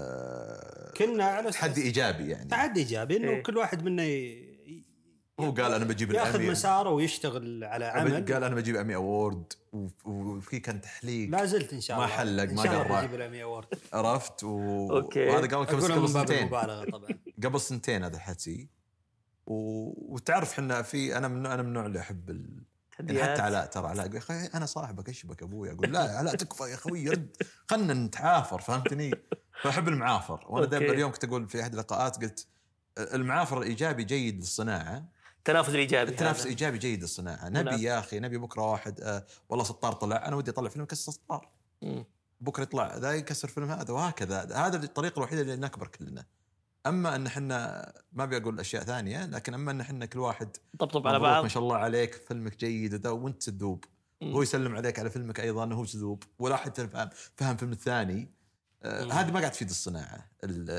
كنا على تحدي ايجابي يعني تحدي ايجابي انه كل واحد منا هو قال انا بجيب ياخذ مساره ويشتغل على عمل. قال انا بجيب امي اوورد وفي كان تحليق لا زلت ان شاء الله ما حلق ما قرع بجيب الامي اوورد عرفت وهذا قبل سنتين طبعا قبل سنتين هذا الحكي. وتعرف احنا في انا من النوع اللي احب يعني حتى علاء ترى علاء يا اخي انا صاحبك اشبك ابوي اقول لا علاء تكفى يا اخوي رد خلنا نتعافر فهمتني. فاحب المعافر. وانا دائما اليوم كنت اقول في احد اللقاءات قلت المعافر الايجابي جيد للصناعه. التنافس الايجابي جيد للصناعه. نبي يا اخي نبي بكره واحد والله سطار طلع انا ودي اطلع فيلم يكسر سطار بكره يطلع ذا يكسر فيلم هذا وهكذا. هذا الطريقه الوحيده اللي نكبر كلنا. اما ان احنا ما بيقول اشياء ثانيه لكن اما ان احنا كل واحد طبطب على بعض ما شاء الله عليك فيلمك جيد وذا وانت تذوب هو يسلم عليك على فيلمك ايضا وهو تذوب ولا حد فهم فيلم الثاني. هذه ما قاعد تفيد الصناعه.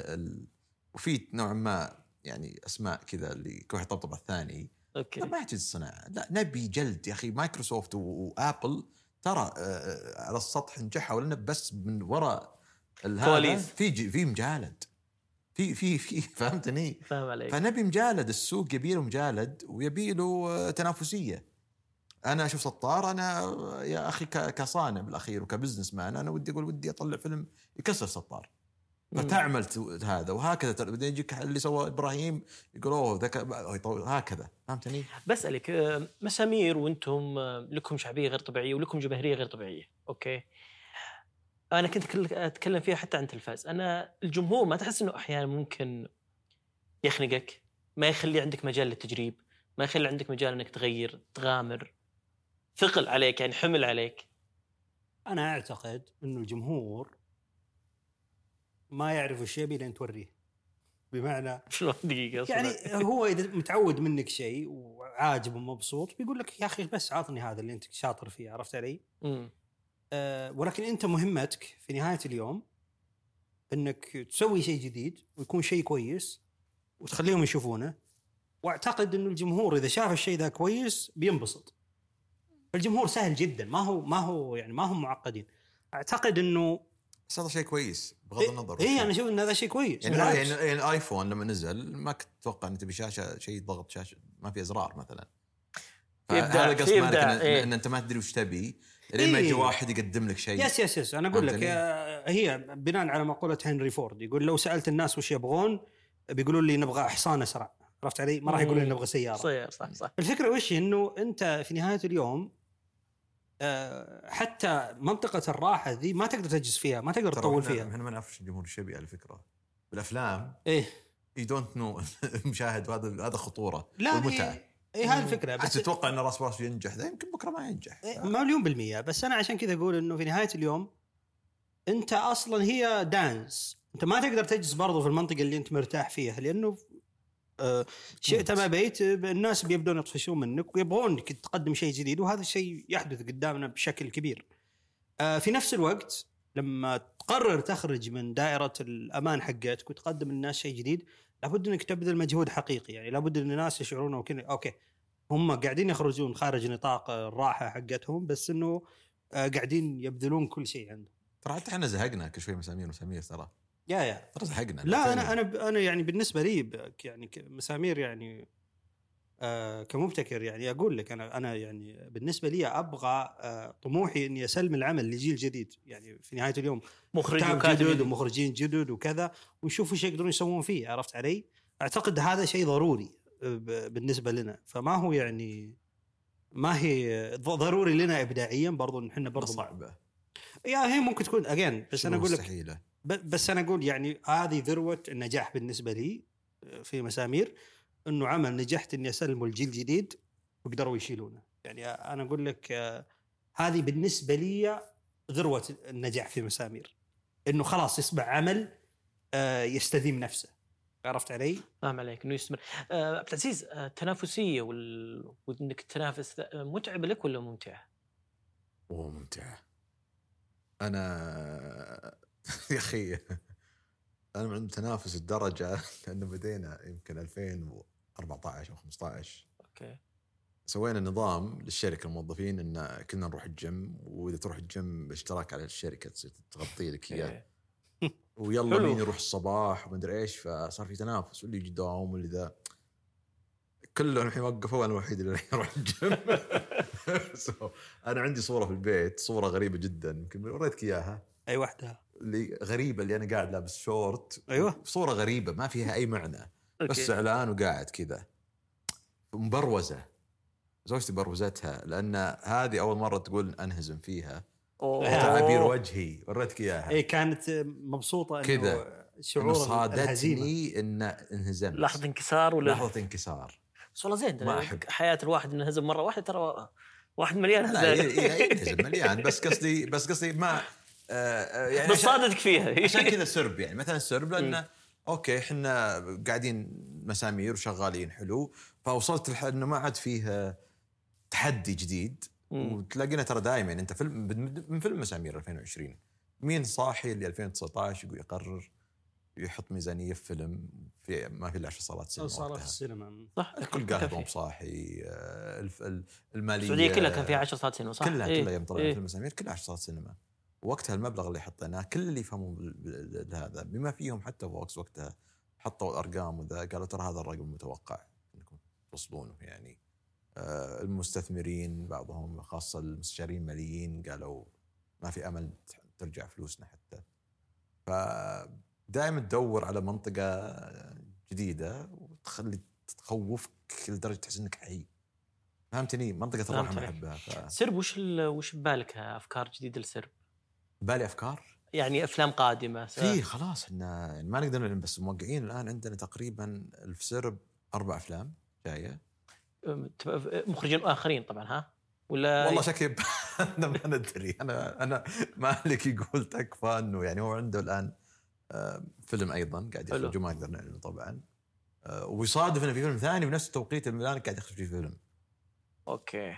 وفي نوع ما يعني اسماء كذا اللي كل واحد طبطب على الثاني. اوكي ما يحتاج الصناعه. لا نبي جلد يا اخي. مايكروسوفت وابل ترى على السطح نجحوا ولنا بس من وراء هذا في مجالد في فهمتني. فاهم عليك. فنبي مجالد. السوق يبي له مجالد ويبي له تنافسيه. انا اشوف سطار انا يا اخي كصانع بالاخير وكبزنس مان انا ودي اطلع فيلم يكسر سطار فتعمل هذا وهكذا. بعدين يجيك اللي سوى ابراهيم يقولوا ذاك هكذا فهمتني. بسالك مسامير وانتم لكم شعبيه غير طبيعيه ولكم جماهيريه غير طبيعيه. اوكي انا كنت اتكلم فيها حتى عن تلفاز. انا الجمهور ما تحس انه احيانا ممكن يخنقك ما يخلي عندك مجال للتجريب ما يخلي عندك مجال انك تغير تغامر ثقل عليك يعني حمل عليك؟ انا اعتقد انه الجمهور ما يعرف الشيء لين توريه. بمعنى شلون دقيقه يعني هو اذا متعود منك شيء وعاجب ومبسوط بيقول لك يا اخي بس عطني هذا اللي انت شاطر فيه. عرفت علي؟ ولكن انت مهمتك في نهايه اليوم انك تسوي شيء جديد ويكون شيء كويس وتخليهم يشوفونه. واعتقد انه الجمهور اذا شاف الشيء ذا كويس بينبسط. الجمهور سهل جدا ما هو يعني ما هم معقدين. اعتقد انه هذا شيء كويس بغض النظر. انا اشوف ان هذا شيء كويس. يعني الايفون لما نزل ما كنت اتوقع ان تبي شاشه شيء ضغط شاشه ما في ازرار مثلا. هذا قصد مالك ان انت ما تدري وش تبي لما يجي واحد يقدم لك شيء. يس انا اقول لك هي بناء على مقوله هنري فورد يقول لو سالت الناس وش يبغون بيقولوا لي نبغى حصان اسرع. عرفت علي؟ ما راح يقولوا لي نبغى سياره. صح. الفكره وش انه انت في نهايه اليوم حتى منطقه الراحه ذي ما تقدر تجلس فيها ما تقدر تطول فيها. احنا ما نعرفش الجمهور ايش يبي على فكره بالافلام. you don't know مشاهد هذا خطوره والمتعه. هذه الفكره. بس تتوقع ان راس براس ينجح ذا يمكن بكره ما ينجح. مليون بالمية. بس انا عشان كذا اقول انه في نهايه اليوم انت اصلا هي دانس. انت ما تقدر تجلس برضو في المنطقه اللي انت مرتاح فيها لانه شئت ما بيت الناس بيبدون يطفشون منك ويبغونك تقدم شيء جديد. وهذا الشيء يحدث قدامنا بشكل كبير. في نفس الوقت لما تقرر تخرج من دائرة الأمان حقتك وتقدم للناس شيء جديد لابد أنك تبذل مجهود حقيقي. يعني لابد أن الناس يشعرون أوكي هم قاعدين يخرجون خارج نطاق الراحة حقتهم بس أنه قاعدين يبذلون كل شيء عندهم. ترى حتى احنا زهقنا كل شوي مسامير ترى يا ترى زهقنا. لا أنا يعني بالنسبة لي يعني مسامير يعني كمبتكر يعني اقول لك انا يعني بالنسبه لي ابغى طموحي اني اسلم العمل لجيل جديد، يعني في نهايه اليوم مخرج كتاب وكاتب جدد جديد. ومخرجين جدد وكذا، ونشوف وش يقدرون يسوون فيه. عرفت علي؟ اعتقد هذا شيء ضروري بالنسبه لنا، فما هو يعني ما هي ضروري لنا ابداعيا برضو ان احنا برضو صعبه يا هي ممكن تكون اجين، بس انا اقول لك مستحيله. بس انا اقول يعني هذه ذروه النجاح بالنسبه لي في مسامير، انه عمل نجحت اني اسلمه الجيل الجديد وقدروا يشيلونه. يعني انا اقول لك هذه بالنسبه لي ذروه النجاح في مسامير، انه خلاص يصبح عمل يستديم نفسه. عرفت علي؟ فاهم عليك انه يستمر. عبد العزيز، التنافسيه وانك تنافس متعب لك ولا ممتع؟ ممتع. انا يا اخي انا من تنافس الدرجه لانه بدينا يمكن 2014 او 15. اوكي. سوينا نظام للشركه الموظفين ان كنا نروح الجيم، واذا تروح الجيم باشتراك على الشركه تغطي لك اياه، ويلا مين يروح الصباح ومدري ايش. فصار في تنافس، واللي يجي دوام واللي ذا كلهم الحين وقفوا، انا الوحيد اللي يروح الجيم. انا عندي صوره في البيت، صوره غريبه جدا، يمكن وريتك اياها. اي واحده اللي غريبه اللي انا قاعد لابس شورت. ايوه صوره غريبه ما فيها اي معنى، بس اعلان وقاعد كذا مبروزه. زوجتي بروزتها لان هذه اول مره تقول انهزم فيها. تعابير وجهي وريتك اياها. اي كانت مبسوطه كذا، شعور صادتني ان انهزمت. لحظه انكسار ولا لحظه انكسار؟ والله زين. حياه الواحد انهزم مره واحده، ترى واحد مليان هزم مليان. بس قصدي ما يعني بس صادتك فيها. عشان كذا سرب، يعني مثلا سرب لأنه أوكي إحنا قاعدين مسامير وشغالين حلو، فوصلت إنه ما عاد فيه تحدي جديد. وتلاقينا ترى دائما أنت من فيلم مسامير 2020 مين صاحي اللي 2019 يقول يقرر يحط ميزانية في فيلم في ما في إلا 10 صالات سينما. صار في السينما صح، الكل قاعد مو بصاحي. المالية السعودية كلها كان فيها 10 صالات سينما صح؟ كلها يوم طلع فيلم مسامير كلها 10 صالات سينما. وقتها المبلغ اللي حطيناه كل اللي يفهمون هذا بما فيهم حتى فوكس وقتها حطوا الأرقام وذا، قالوا ترى هذا الرقم متوقع انكم توصلونه. يعني المستثمرين بعضهم خاصة المستشارين ماليين قالوا ما في أمل ترجع فلوسنا حتى. فدائما تدور على منطقة جديدة وتخلي تخوفك لدرجة تحس انك حي. فهمتني؟ منطقة الراحة ما أحبها. سرب وش ببالك أفكار جديدة لسرب؟ بالي أفكار يعني أفلام قادمة في خلاص إحنا يعني ما نقدر نعلن، بس موقعين الآن عندنا تقريبا في سرب 4 أفلام جاية. مخرجين آخرين طبعا ها ولا والله شكيب. أنا ما ندري. أنا مالك يقول تكفى إنه يعني هو عنده الآن فيلم أيضا قاعد يخرج وما نقدر نعلنه طبعا. ويصادف إنه في فيلم ثاني بنفس التوقيت اللي الآن قاعد يخرج فيه فيلم. اوكي.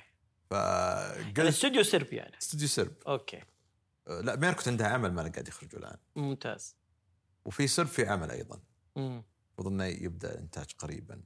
استوديو سرب يعني استوديو سرب. اوكي. لا ميركوت عندها عمل ما قاعد يخرجوا الان. ممتاز. وفي سرب في عمل ايضا وظننا يبدا الانتاج قريبا.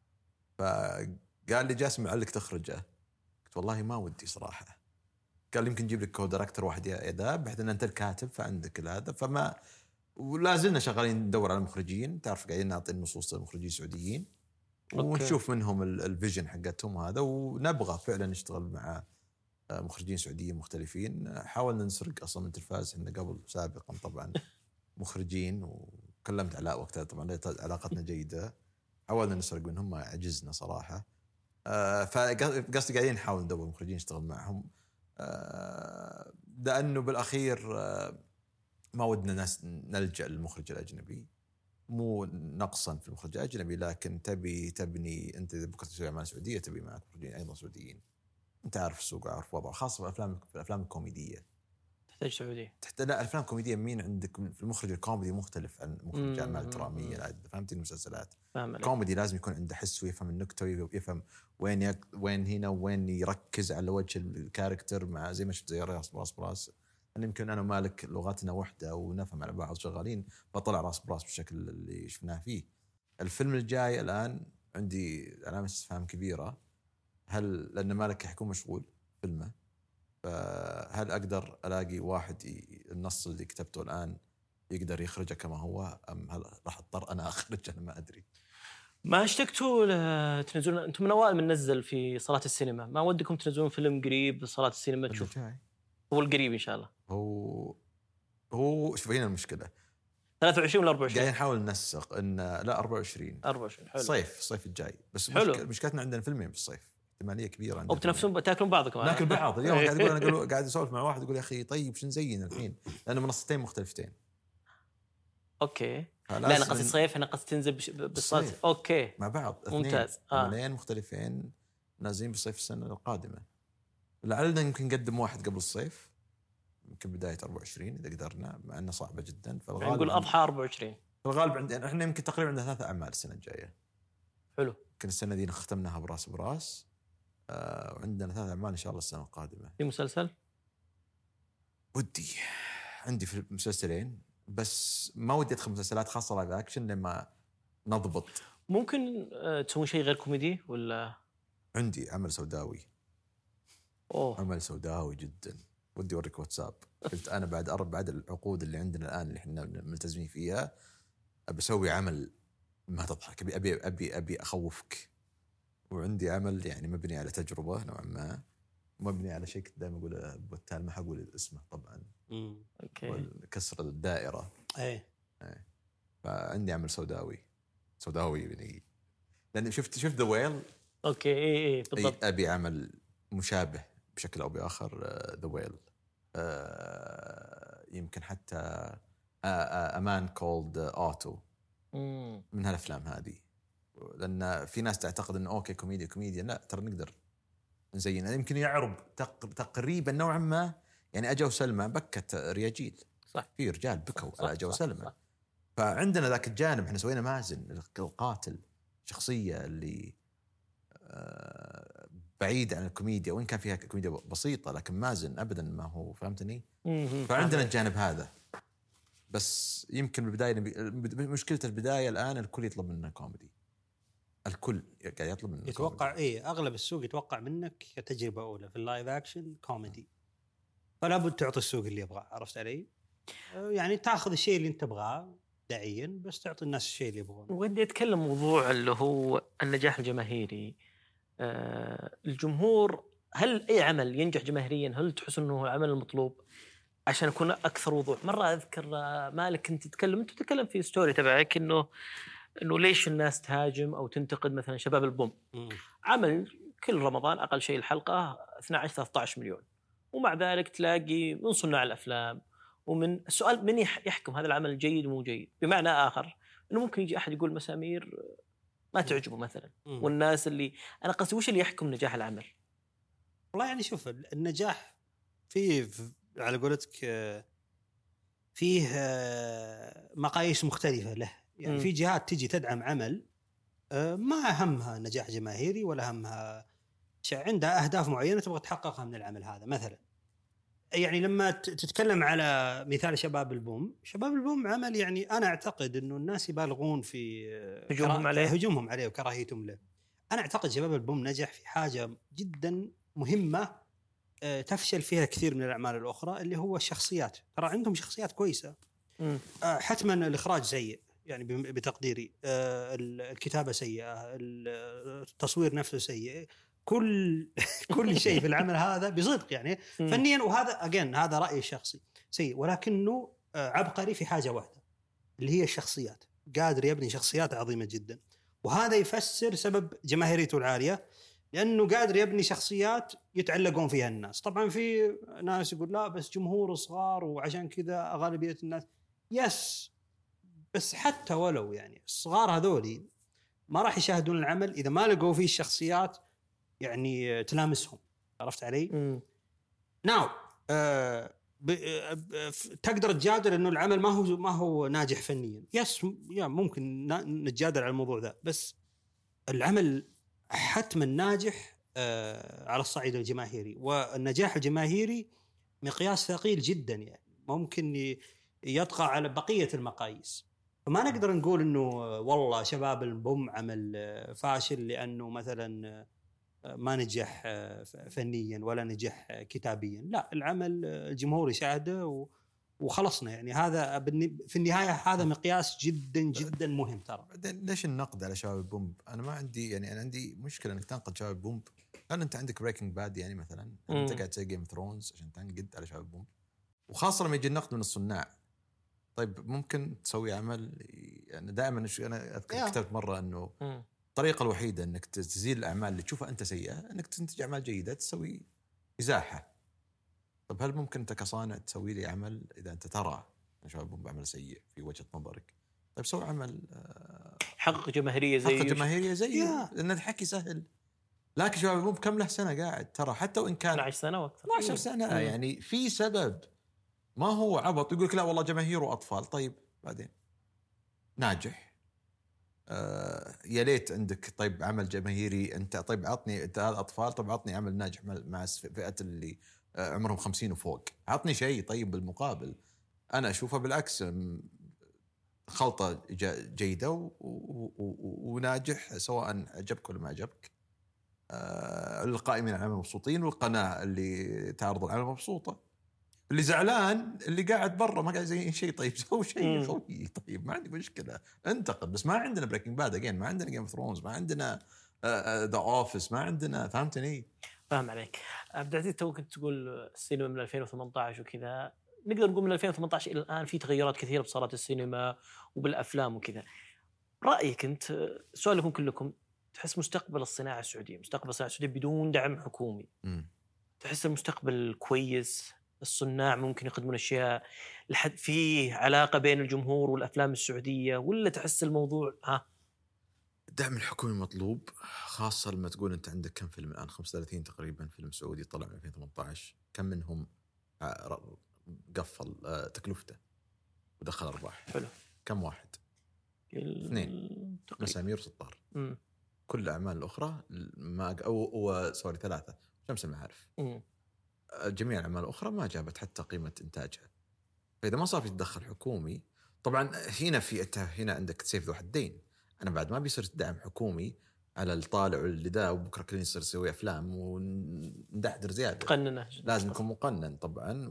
فقال لي جاسم عليك تخرجه. قلت والله ما ودي صراحه. قال يمكن نجيب لك كودايركتور واحد يذاب بحيث ان انت الكاتب فعندك هذا. فما ولازلنا شغالين ندور على مخرجين، تعرف قاعدين نعطي النصوص للمخرجين السعوديين ونشوف منهم الفيجن حقتهم هذا. ونبغى فعلا نشتغل مع مخرجين سعوديين مختلفين. حاولنا نسرق اصلا من تلفاز احنا قبل سابقا طبعا مخرجين، وكلمت علاء وقتها طبعا علاقتنا جيده. حاولنا نسرق منهم ما عجزنا صراحه. فقصدي قاعدين نحاول ندور مخرجين نشتغل معهم. لانه بالاخير ما ودنا ناس نلجأ للمخرج الاجنبي، مو نقصا في المخرج الاجنبي، لكن تبني انت اذا بكره تسوي اعمال سعوديه تبي معك مخرجين ايضا سعوديين. انت عارف السوق وعارف وضعه، خاصه في الافلام الكوميديه تحتاج سعوديه. لا الافلام الكوميديه مين عندك في المخرج الكوميدي مختلف عن مخرج اعمال دراميه. فهمتي؟ المسلسلات الكوميدي لازم يكون عنده حس ويفهم النكته ويفهم وين هنا وين يركز على وجه الكاركتر، مع زي ما شفت زي راس براس. أن يمكن أنا ومالك لغتنا واحدة ونفهم على بعض شغالين، فطلع راس براس بالشكل اللي شفناه فيه. الفيلم الجاي الآن عندي علامة استفهام كبيرة. هل لأن مالك حيكون مشغول فيلمه، فهل أقدر ألاقي واحد النص اللي كتبته الآن يقدر يخرجه كما هو، أم هل راح أضطر أنا أخرج؟ أنا ما أدري. ما اشتقتوا تنزلون انتم من اوائل من نزل في صالة السينما، ما ودكم تنزلون فيلم قريب صالة السينما تشوف؟ هو القريب ان شاء الله. هو شوف هنا المشكله 23 ولا 24 قاعدين نحاول ننسق ان لا 24 حلو. صيف الجاي بس مشكلتنا عندنا فيلمين بالصيف احتماليه كبيره عندنا. وبتنافسون تاكلون بعضكم؟ ناكل بعض اليوم. قاعد اسولف مع واحد يقول يا اخي طيب شو نزين الحين لانه منصتين مختلفتين. اوكي لا انا قصدي صيف، انا قصدي تنزل بالصيف اوكي مع بعض ممتاز. اثنين مختلفين نازلين بالصيف السنه القادمه. لعلنا يمكن نقدم واحد قبل الصيف يمكن بدايه 24 اذا قدرنا مع انه صعبه جدا. فالغالب نقول اضحى 24 في الغالب عندنا احنا يمكن تقريبا عندنا 3 اعمال السنه الجايه. حلو. يمكن السنه دي ختمناها براس وعندنا 3 اعمال ان شاء الله السنه القادمه. في مسلسل عندي في مسلسلين بس ما ودي ادخل مسلسلات خاصه لايف اكشن لما نضبط. ممكن تسوون شيء غير كوميدي ولا؟ عندي عمل سوداوي. عمل سوداوي جدا ودي اوريك واتساب. قلت انا بعد العقود اللي عندنا الان اللي احنا ملتزمين فيها ابي اسوي عمل ما تضحك. ابي اخوفك. وعندي عمل يعني مبني على تجربه نوعا ما مبني على شيء كنت دائما اقول بالتالي ما حقول اسمه طبعا. اوكي. كسر الدائره. ايه فعندي عمل سوداوي يعني لان شفت ذا ويل. اوكي ايه بالضبط. ابي عمل مشابه بشكل او باخر ذا ويل. يمكن حتى امان كولد اوتو من هالافلام هذه. لان في ناس تعتقد انه اوكي كوميديا لا ترى نقدر نزين. يمكن يعرب تقريبا نوعا ما يعني اجا وسلمى بكت رياجيل صح. في رجال بكوا على اجا وسلمى. فعندنا ذاك الجانب احنا سوينا مازن القاتل شخصيه اللي بعيد عن الكوميديا وإن كان فيها كوميديا بسيطة لكن مازن أبدا ما هو فهمتني. فعندنا الجانب هذا بس يمكن بالبداية مشكلة البداية الآن الكل يطلب منا كوميدي. الكل قاعد يطلب منك يتوقع أغلب السوق يتوقع منك كتجربة أولى في اللايف أكشن كوميدي فلا بد تعطي السوق اللي يبغاه. عرفت علي؟ يعني تأخذ الشيء اللي أنت تبغاه داعيا بس تعطي الناس الشيء اللي يبغونه. ودي أتكلم موضوع اللي هو النجاح الجماهيري. الجمهور هل أي عمل ينجح جماهيريا هل تحس أنه العمل المطلوب؟ عشان أكون أكثر وضوح مرة أذكر مالك أنت تتكلم في ستوري تبعك إنه ليش الناس تهاجم أو تنتقد مثلا شباب البوم. عمل كل رمضان أقل شيء الحلقة 12-13 مليون ومع ذلك تلاقي من صناع الأفلام ومن السؤال من يحكم هذا العمل جيد ومو جيد. بمعنى آخر إنه ممكن يجي أحد يقول مسامير ما تعجبه مثلا والناس اللي أنا قصدي وش اللي يحكم نجاح العمل؟ والله يعني شوف النجاح فيه على قولتك فيه مقاييس مختلفة له. يعني في جهات تجي تدعم عمل ما همها نجاح جماهيري ولا همها عندها أهداف معينة تبغى تحققها من العمل هذا. مثلا يعني لما تتكلم على مثال شباب البوم عمل يعني أنا أعتقد أنه الناس يبالغون في هجومهم عليه وكراهيتهم له. أنا أعتقد شباب البوم نجح في حاجة جدا مهمة تفشل فيها كثير من الأعمال الأخرى اللي هو الشخصيات. ترى عندهم شخصيات كويسة. حتما الإخراج سيء يعني بتقديري. الكتابة سيئة. التصوير نفسه سيء. كل شيء في العمل هذا بصدق يعني فنيا. وهذا هذا رأيي الشخصي سيء ولكنه عبقري في حاجة واحدة اللي هي الشخصيات. قادر يبني شخصيات عظيمة جدا وهذا يفسر سبب جماهيريته العالية لأنه قادر يبني شخصيات يتعلقون فيها الناس. طبعا في ناس يقول لا بس جمهور صغار وعشان كذا غالبية الناس بس حتى ولو يعني الصغار هذولي ما راح يشاهدون العمل إذا ما لقوا فيه الشخصيات يعني تلامسهم. عرفت علي؟ ناو تقدر تجادل إنه العمل ما هو ناجح فنيا. ممكن نتجادل على الموضوع ذا بس العمل حتما ناجح على الصعيد الجماهيري. والنجاح الجماهيري مقياس ثقيل جدا يعني ممكن يطغى على بقية المقاييس. فما نقدر نقول إنه والله شباب البوم عمل فاشل لأنه مثلا ما نجح فنيا ولا نجح كتابيا. لا العمل الجمهور يشاهده وخلصنا. يعني هذا في النهايه هذا مقياس جدا جدا مهم. ترى ليش النقد على شباب البومب؟ انا ما عندي، يعني انا عندي مشكله انك تنقد شباب البومب. هل انت عندك بريكنج باد يعني مثلا؟ انت قاعد تسوي جيم اوف ثرونز عشان تنقد على شباب البومب؟ وخاصه لما يجي النقد من الصناع. طيب ممكن تسوي عمل، يعني دائما انا اذكر كتبت مره انه الطريقه الوحيده انك تزيل الاعمال اللي تشوفها انت سيئه انك تنتج اعمال جيده، تسوي ازاحه. طب هل ممكن انت كصانع تسوي لي عمل اذا انت ترى ان شباب البومب عمل سيء في وجهه نظرك؟ طيب سوي عمل حقق جماهيريه زي لان الحكي سهل. لكن شباب البومب كم له سنه قاعد، ترى حتى وان كان 12 سنه واكثر 12 سنه يعني في سبب، ما هو عبط يقول لك لا والله جماهير واطفال. طيب بعدين ناجح، يا ليت عندك طيب عمل جماهيري انت. طيب عطني انت اطفال، طيب عطني عمل ناجح مع فئه اللي عمرهم 50 وفوق، عطني شيء طيب بالمقابل. انا اشوفها بالعكس خلطه جيده وناجح، سواء عجبك ولا ما عجبك. القائمين على العمل مبسوطين، والقناه اللي تعرض العمل مبسوطه. اللي زعلان اللي قاعد برا ما قاعد زي شيء. طيب سوي شيء خوي، طيب ما عندي مشكله انتقد، بس ما عندنا بريكنج باد اجين، ما عندنا جيم اوف ثرونز، ما عندنا ذا اوفيس، ما عندنا. فهمتني؟ فاهم عليك. عبد العزيز تو كنت تقول السينما من 2018 وكذا، نقدر نقول من 2018 الى الان في تغيرات كثيره بصارت السينما وبالافلام وكذا. رايك انت، سؤال لكم كلكم، تحس مستقبل الصناعه السعوديه بدون دعم حكومي، تحس المستقبل كويس؟ الصناع ممكن يقدمون اشياء لحد فيه علاقه بين الجمهور والافلام السعوديه، ولا تحس الموضوع الدعم الحكومي مطلوب، خاصه لما تقول انت عندك كم فيلم الان؟ 35 تقريبا فيلم سعودي طلع من 2018، كم منهم قفل تكلفته ودخل ارباح؟ حلو. كم واحد؟ 2 مسامير وسطار. كل الاعمال الاخرى ما او سوري 3 شمس المعارف. جميع الأعمال الأخرى ما جابت حتى قيمة إنتاجها. فإذا ما صار في تدخل حكومي، طبعا هنا عندك سيف ذو حدين. أنا بعد ما بيصير دعم حكومي على الطالع واللي دا، وبكرة كلنا يصير يسوي أفلام وندحدر زيادة. قننه لازم يكون مقنن طبعا.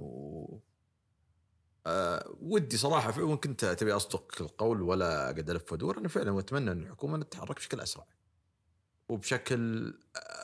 ودي صراحة فعلا كنت تبي أصدق القول ولا قد ألف ودور، أنا فعلا أتمنى أن الحكومة تتحرك بشكل أسرع وبشكل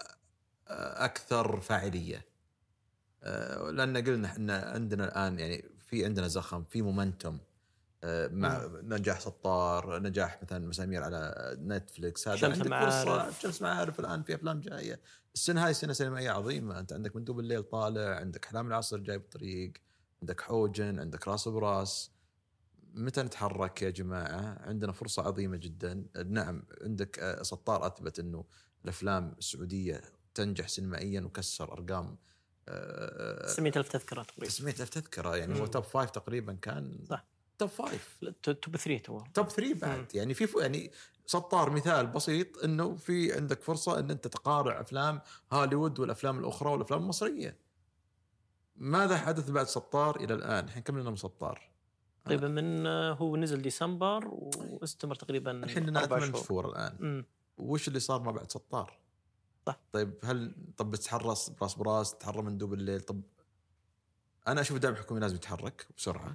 أكثر فاعلية. لأن قلنا إن عندنا الآن يعني في عندنا زخم، في مومنتوم مع نجاح سطار، نجاح مثلا مسامير على نتفليكس. هذا عندك فرصة شمس معارف. الآن في أفلام جاية السنة هاي، سنة سينمائية عظيمة. أنت عندك مندوب الليل طالع، عندك أحلام العصر جاي بالطريق، عندك حوجن، عندك راس براس. متى نتحرك يا جماعة؟ عندنا فرصة عظيمة جدا. نعم عندك سطار أثبت إنه الأفلام السعودية تنجح سينمائيا وكسر أرقام 900,000 تذكرة تقريبا. 900,000 تذكرة يعني هو توب 5 تقريبا كان. صح. توب 5 توب 3 هو توب 3 بعد. يعني في يعني سطار مثال بسيط إنه في عندك فرصة إن أنت تقارع أفلام هوليوود والأفلام الأخرى والأفلام المصرية. ماذا حدث بعد سطار إلى الآن؟ الحين كم لنا من سطار؟ طيب من هو نزل ديسمبر واستمر تقريبا الحين لنا 8 شهور الآن. وش اللي صار ما بعد سطار؟ طيب طب تتحرص براس تتحرى من دوب الليل. طب أنا أشوف الدعم الحكومي لازم يتحرك بسرعة.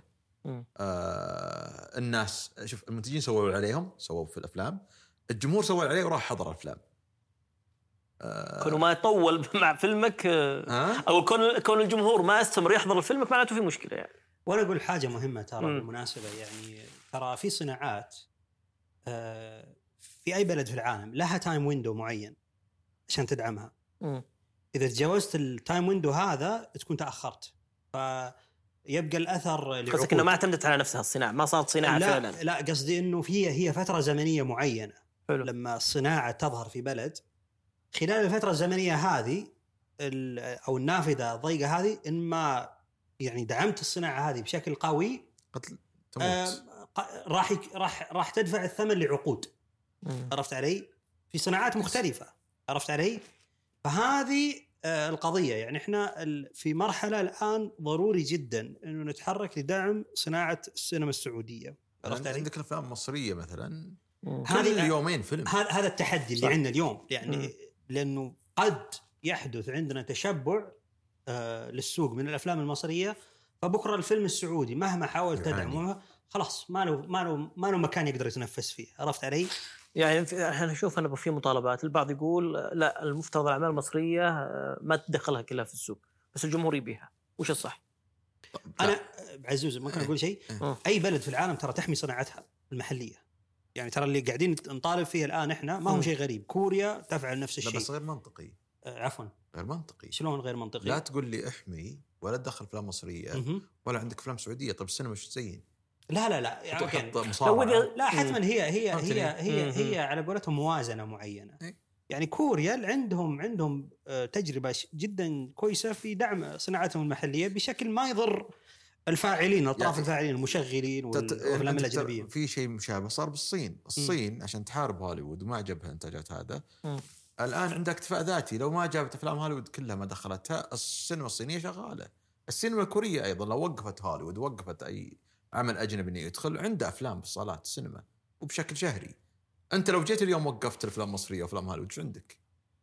الناس شوف المنتجين سووا عليهم، سووا في الأفلام، الجمهور سووا عليه وراح حضر الأفلام. كونه ما يطول مع فيلمك أو كون الجمهور ما استمر يحضر الفيلمك معناته في مشكلة يعني. وأنا أقول حاجة مهمة ترى بالمناسبة، يعني ترى في صناعات في أي بلد في العالم لها تايم ويندو معين عشان تدعمها. إذا تجاوزت التايم ويندو هذا تكون تأخرت، فيبقى الأثر. قصدك إنه ما اعتمدت على نفسها الصناعة، ما صارت صناعة فعلا. لا قصدي إنه هي فترة زمنية معينة. حلو. لما الصناعة تظهر في بلد خلال الفترة الزمنية هذه أو النافذة الضيقة هذه، إن ما يعني دعمت الصناعة هذه بشكل قوي راح تدفع الثمن لعقود. عرفت علي؟ في صناعات مختلفة. عرفت علي؟ فهذه القضية. يعني احنا في مرحلة الآن ضروري جدا انه نتحرك لدعم صناعة السينما السعودية. عرفت علي؟ عندك الافلام المصرية مثلا كل يومين فيلم. هذا التحدي اللي عندنا اليوم، يعني لانه قد يحدث عندنا تشبع للسوق من الافلام المصرية، فبكره الفيلم السعودي مهما حاول تدعمه خلاص ما له مكان يقدر يتنفس فيه. عرفت علي؟ يعني احنا نشوف أنا في مطالبات، البعض يقول لا المفترض الأعمال المصرية ما تدخلها كلها في السوق، بس الجمهور يبيها. وش الصح؟ أنا عزوز ممكن أقول شيء؟ أي بلد في العالم ترى تحمي صناعتها المحلية. يعني ترى اللي قاعدين نطالب فيه الآن إحنا ما هو شيء غريب. كوريا تفعل نفس الشيء. بس غير منطقي. عفوا غير منطقي. شلون غير منطقي؟ لا تقول لي احمي ولا تدخل أفلام مصرية ولا عندك أفلام سعودية. طب السينما شو تزين؟ لا لا حتما هي على قولتهم موازنة معينة. يعني كوريا عندهم تجربة جدا كويسة في دعم صناعتهم المحلية بشكل ما يضر الفاعلين، اطراف الفاعلين المشغلين والافلام الاجنبيه. في شيء مشابه صار بالصين. الصين عشان تحارب هوليوود وما عجبها انتاجات هذا الان عندها اكتفاء ذاتي. لو ما جابت افلام هوليوود كلها ما دخلتها، السينما الصينيه شغاله. السينما الكوريه ايضا لو وقفت هوليوود وقفت اي عمل اجنبي انه يدخل، عنده افلام بالصالات السينما وبشكل شهري. انت لو جيت اليوم وقفت الافلام المصريه وافلام هوليوود شو عندك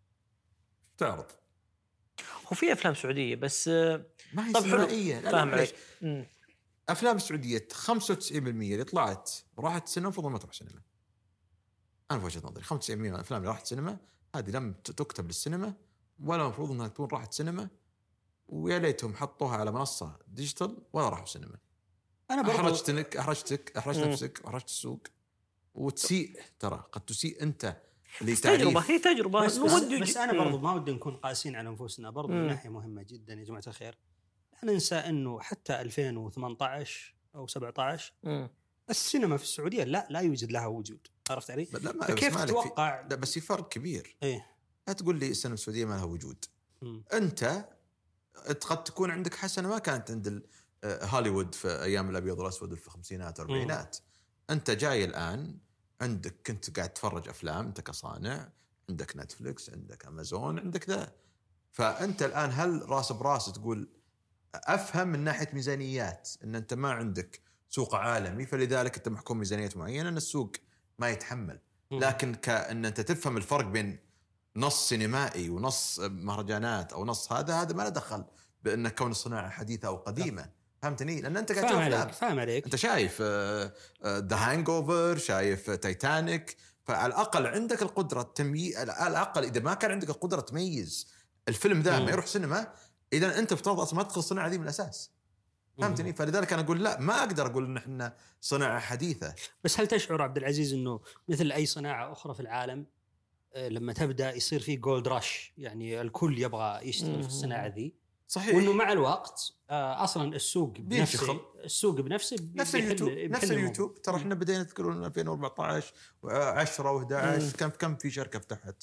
تعرض؟ هو في افلام سعوديه بس ما هي سينمائيه. فاهم عليك. افلام السعوديه 95% اللي طلعت وراحت السينما المفروض ما تروح سينما. انا في وجهه نظري 95% من الافلام اللي راحت سينما هذه لم تكتب للسينما ولا المفروض انها تكون راحت سينما، ويا ليتهم حطوها على منصه ديجيتال ولا راحوا سينما. انا احرجت نفسك احرجت السوق وتسيء. ترى قد تسيء انت هي تجربه بس انا برضو ما ودي نكون قاسين على انفسنا برضو. من ناحيه مهمه جدا يا جماعه الخير، لا ننسى انه حتى 2018 او 17 السينما في السعوديه لا يوجد لها وجود. عرفت علي؟ فكيف تتوقع؟ لا بس في فرق كبير. لا تقول لي السينما السعوديه ما لها وجود. انت قد تكون عندك حسنه ما كانت عند هوليوود في ايام الابيض والاسود في الخمسينات والاربعينات. انت جاي الان عندك كنت قاعد تتفرج افلام انت كصانع، عندك نتفليكس، عندك امازون، عندك ذا. فانت الان هل راس براس تقول افهم من ناحيه ميزانيات ان انت ما عندك سوق عالمي فلذلك انت محكوم ميزانيات معينه ان السوق ما يتحمل. لكن كأن انت تفهم الفرق بين نص سينمائي ونص مهرجانات او نص هذا ما له دخل بان كون الصناعه حديثه او قديمه. فهمتني؟ لان انت قاعد فاهم عليك. انت شايف ذا هانغوفر، شايف تايتانيك، فعلى الاقل عندك القدره التمييز. على الاقل اذا ما كان عندك القدره تميز الفيلم ذا ما يروح سينما، اذا انت افترض اصلا ما تدخل الصناعه دي من الاساس. فهمتني؟ فلذلك انا اقول لا، ما اقدر اقول ان احنا صناعه حديثه. بس هل تشعر عبد العزيز انه مثل اي صناعه اخرى في العالم لما تبدا يصير فيه جولد رش، يعني الكل يبغى يشتغل في الصناعه ذي؟ صحيح. وانه مع الوقت اصلا السوق بنفسه نفس اليوتيوب. ترى احنا بدينا نذكرون 2014 و10 و11 كم في شركه فتحت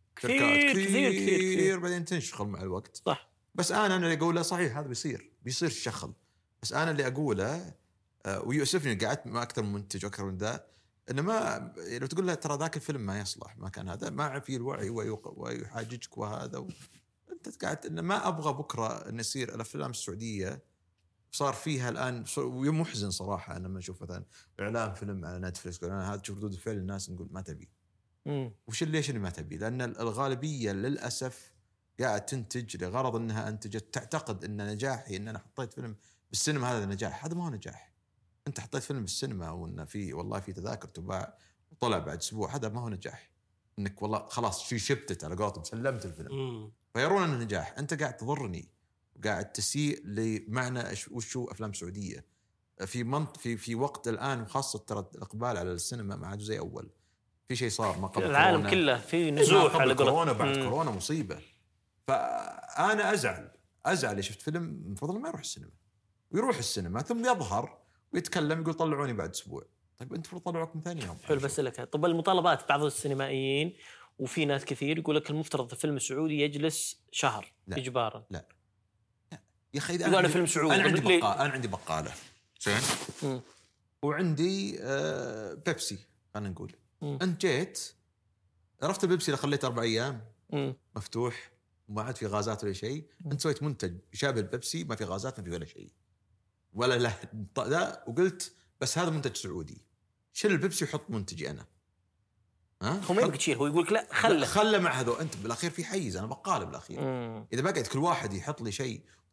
كثير بعدين تنشغل مع الوقت. صح. بس انا اللي اقوله صحيح هذا بيصير الشغل. بس انا اللي اقوله ويؤسفني قعدت مع اكثر من منتج واكثر من ذا انه ما لو تقول له ترى ذاك الفيلم ما يصلح، ما كان هذا، ما فيه الوعي ويحاججك وهذا انت قاعد ان ما ابغى بكره ان يصير الافلام السعوديه صار فيها الان ومحزن صراحه. انا لما اشوف مثلا اعلان فيلم على نتفلكس انا هذا تشوف ردود الفعل الناس نقول ما تبي. ليش اللي ما تبي؟ لان الغالبيه للاسف قاعد تنتج لغرض انها انتجت تعتقد ان نجاحي ان انا حطيت فيلم بالسينما هذا نجاح. هذا ما هو نجاح. انت حطيت فيلم بالسينما وان في والله في تذاكر تباع وطلع بعد اسبوع، هذا ما هو نجاح. انك والله خلاص في شبتت على قولتهم سلمت الفيلم فيرون انه نجاح. انت قاعد تضرني وقاعد تسيء لمعنى وشو افلام سعوديه في وقت الان، وخاصه ترى الاقبال على السينما ما عاد زي اول. في شيء صار ما قبل العالم كورونا. كله في نزوح على كورونا بعد كورونا مصيبه. فانا ازعل شفت فيلم المفروض ما يروح السينما ويروح السينما ثم يظهر ويتكلم يقول طلعوني بعد اسبوع. طيب انت المفروض طلعوك من ثاني يوم. حلو بسألك. طب المطالبات بعض السينمائيين وفي ناس كثير يقول لك المفترض الفيلم السعودي يجلس شهر اجبارا. لا يا اخي انا فيلم سعودي انا عندي بقاله زين وعندي بيبسي خلينا نقول. انت جيت عرفت البيبسي اللي خليته 4 أيام مفتوح وما عاد في غازات ولا شيء. انت سويت منتج يشابه البيبسي ما في غازات ما في ولا شيء ولا له ذا وقلت بس هذا منتج سعودي. شيل البيبسي وحط منتجي انا. هو ما يبغى تشيل، هو يقول لك لا خله مع هذا. انت بالاخير في حيز، انا بقاله بالاخير. اذا بقعد كل واحد يحط لي شيء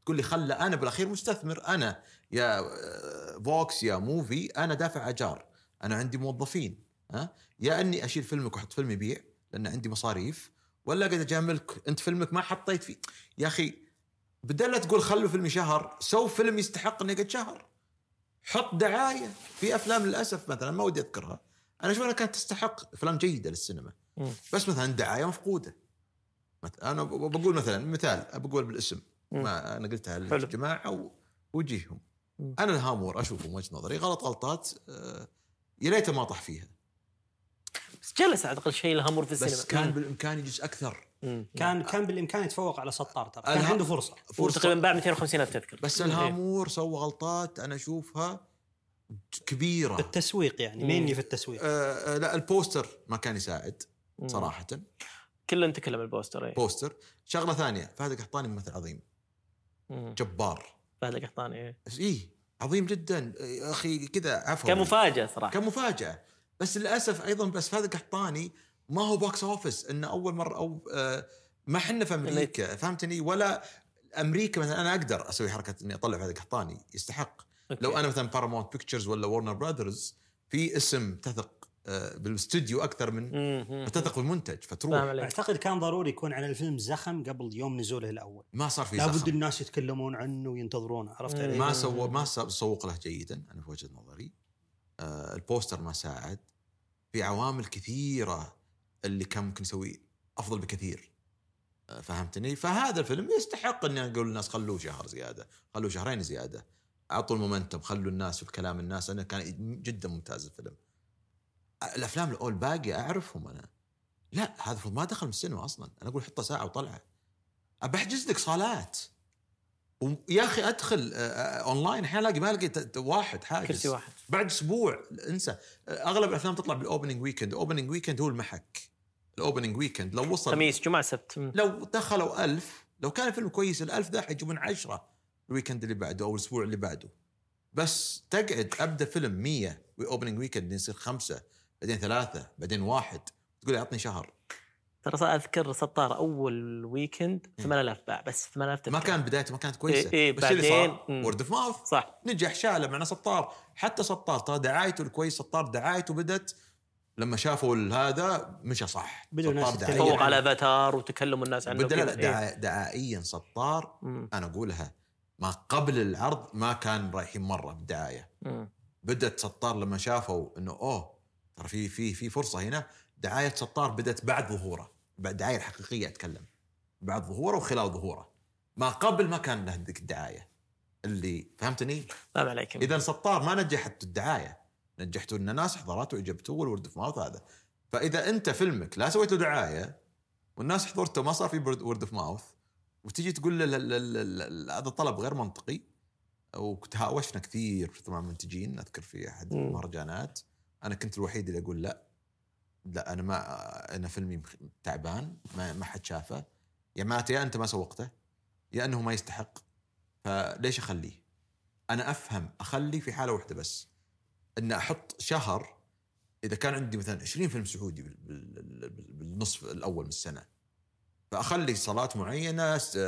تقول لي خلى انا بالاخير مستثمر، انا يا فوكس يا موفي انا دافع اجار، انا عندي موظفين، يا اني اشيل فيلمك واحط فيلم يبيع لان عندي مصاريف، ولا قاعد اجاملك انت فيلمك ما حطيت فيه. يا اخي بدل لا تقول خلوا فيلمي شهر، سو فيلم يستحق انه يقعد شهر، حط دعايه. في افلام للاسف مثلا ما ودي اذكرها، انا اشوف انها كانت تستحق، افلام جيده للسينما بس مثلا دعايه مفقوده. انا بقول مثلا مثال، بقول بالاسم ما انا قلتها للجماعه ووجيههم. انا الهامور اشوفه من وجهه نظري غلطات يا ليته ما طح فيها، بس جلس على اقل شيء الهامور في السينما، بس كان بالامكان يجلس اكثر. كان بالامكان يتفوق على سطار، ترى كان عنده فرصه تقريبا باع 250,000 تذكر. بس الهامور سوى غلطات انا اشوفها كبيره بالتسويق، يعني ميني في التسويق. لا البوستر ما كان يساعد صراحه. كلنا نتكلم البوستر. بوستر. شغله ثانيه، فهد القحطاني ممثل عظيم، جبار. فهد القحطاني عظيم جدا يا اخي، كذا عفوا كمفاجاه صراحه، كمفاجاه. بس للاسف ايضا بس فهد القحطاني ما هو بوكس اوفيس انه اول مره، او ما حنا في امريكا، فهمتني؟ ولا امريكا مثلا انا اقدر اسوي حركه اني اطلع فهد القحطاني، يستحق. لو انا مثلا بارامونت بيكتشرز ولا وارنر براذرز في اسم تثق بالاستوديو اكثر من تثق بالمنتج، فتروح. اعتقد كان ضروري يكون على الفيلم زخم قبل يوم نزوله الاول، ما صار في زخم، لابد الناس يتكلمون عنه وينتظرونه، عرفت علي؟ ما سوق له جيدا انا في وجهه نظري. البوستر ما ساعد، في عوامل كثيره اللي كان ممكن يسوي افضل بكثير، فهمتني؟ فهذا الفيلم يستحق ان اقول للناس خلوه شهر زياده، خلوه شهرين زياده، اعطوا المومنتم، خلوا الناس والكلام الناس. انا كان جدا ممتاز الفيلم. الافلام الاول باقي اعرفهم انا، لا هذا المفروض ما دخل من السينما اصلا. انا اقول حطه ساعه وطلعه، ابحجز لك صالات. ويا اخي ادخل اونلاين احيانا الاقي ما لقيت واحد حاجز، كرسي واحد بعد اسبوع انسى. اغلب الافلام تطلع بالاوبننج ويكند، الاوبننج ويكند هو المحك. الاوبننج ويكند لو وصل خميس جمعه سبت، لو دخلوا 1000، لو كان الفيلم كويس ال1000 ذا حيجيبون 10 الويكند اللي بعده او الاسبوع اللي بعده. بس تقعد ابدا فيلم 100 واوبننج ويكند يصير 5 بعدين 3 بعدين 1، تقول اعطني شهر. ترى اذكر سطار اول ويكند 8000 باع، بس 8000 ما كان بدايته ما كانت كويسه. بس اللي صار وورد اوف ماوث صح، نجح شاله معنا سطار. حتى سطار ترى دعايته الكويس، سطار دعايته بدت لما شافوا هذا مشى صح، سطار تفوق على افاتار وتكلم الناس عنه بدل دعائيا سطار. انا اقولها ما قبل العرض ما كان رايحين مره بدعايه. بدت سطار لما شافوا انه ترى في فرصه هنا. دعايه سطار بدت بعد ظهوره، بعد دعايه الحقيقيه اتكلم، بعد ظهوره وخلال ظهوره. ما قبل ما كان له ذيك الدعايه اللي فهمتني. لا عليكم. اذا سطار ما نجحت الدعايه، نجحتوا ان الناس حضرته وعجبته والورد اوف ماوث هذا. فاذا انت فيلمك لا سويت له دعايه والناس حضرته ما صار في وورد اوف ماوث، وتجي تقول هذا طلب غير منطقي. وتهاوشنا كثير مع منتجين. اذكر في احد المهرجانات انا كنت الوحيد اللي اقول لا انا فيلمي تعبان ما حد شافه، يا انت ما سوقته يا انه ما يستحق، فليش اخليه؟ انا افهم اخلي في حاله واحده بس، ان احط شهر اذا كان عندي مثلا 20 فيلم سعودي بالنصف الاول من السنه، فاخلي صالات معينه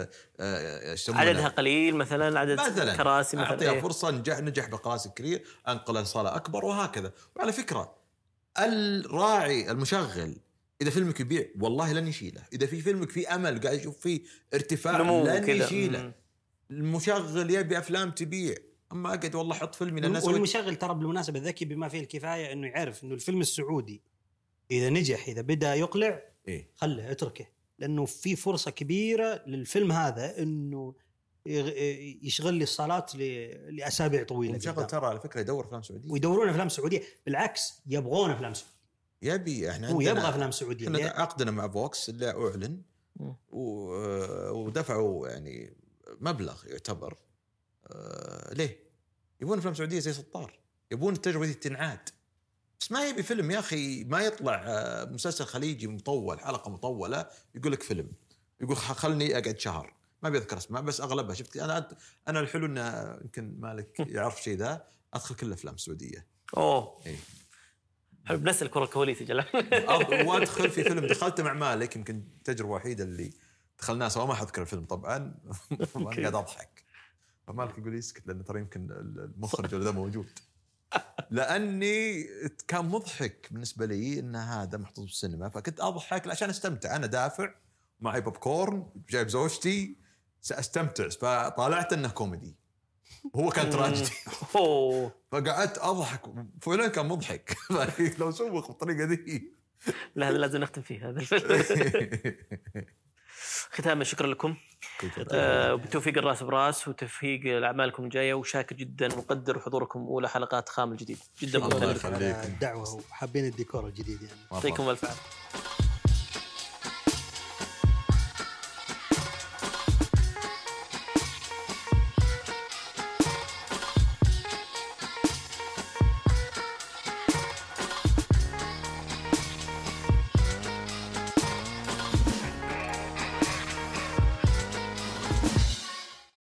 عددها قليل مثلا، عدد كراسي مثلا، اعطيها فرصه نجح بقراسي كثير، انقل صاله اكبر وهكذا. وعلى فكره الراعي المشغل اذا فيلمك يبيع والله لن يشيله. اذا في فيلمك في امل قاعد يشوف فيه ارتفاع لن يشيله. المشغل يبي افلام تبيع، اما اقعد والله حط فيلمي للناس. والمشغل ترى بالمناسبه ذكي بما فيه الكفايه انه يعرف انه الفيلم السعودي اذا نجح، اذا بدا يقلع خله اتركه، لانه في فرصه كبيره للفيلم هذا انه يشغل لي الصالات لاسابيع طويله. المشغل ترى على فكره يدور افلام سعوديه، ويدورون افلام سعوديه، بالعكس يبغون افلام سعوديه. يبي احنا هو يبغى افلام سعوديه. احنا عقدنا مع فوكس اللي اعلن ودفعوا يعني مبلغ يعتبر ليه يبون افلام سعوديه زي سطار، يبون التجربه دي تنعاد. بس ما يبي فيلم يا اخي ما يطلع مسلسل خليجي مطول، حلقه مطوله يقول لك فيلم، يقول خلني اقعد شهر، ما بيذكر اسماء بس اغلبها شفت. انا الحلو ان يمكن مالك يعرف شيء ذا، ادخل كل افلام سعوديه. حلو، بنسال الكره الكواليسي جل وادخل في فيلم دخلته مع مالك، يمكن تجربه وحيده اللي دخلناها سوا، ما حذكر الفيلم طبعا وانا قاعد اضحك. فمالك يقول يسكت لأنه ترى يمكن المخرج ولا ذا موجود. لأني كان مضحك بالنسبة لي إن هذا محطوط بالسينما، فكنت أضحك عشان أستمتع. أنا دافع معي بوب كورن جايب زوجتي سأستمتع، فطالعت إنه كوميدي هو كان تراجيدي. فقعدت أضحك فعلا كان مضحك. لو سوق بالطريقة دي لا هذا لازم نختم فيه هذا الفيلم. ختاما شكرا لكم وبالتوفيق الراس براس وتوفيق لأعمالكم الجاية، وشاكر جدا مقدر حضوركم أولى حلقات خام الجديد جدا. الله يخليكم الدعوة وحابين الديكور الجديد يعني. يعطيكم الف عافية.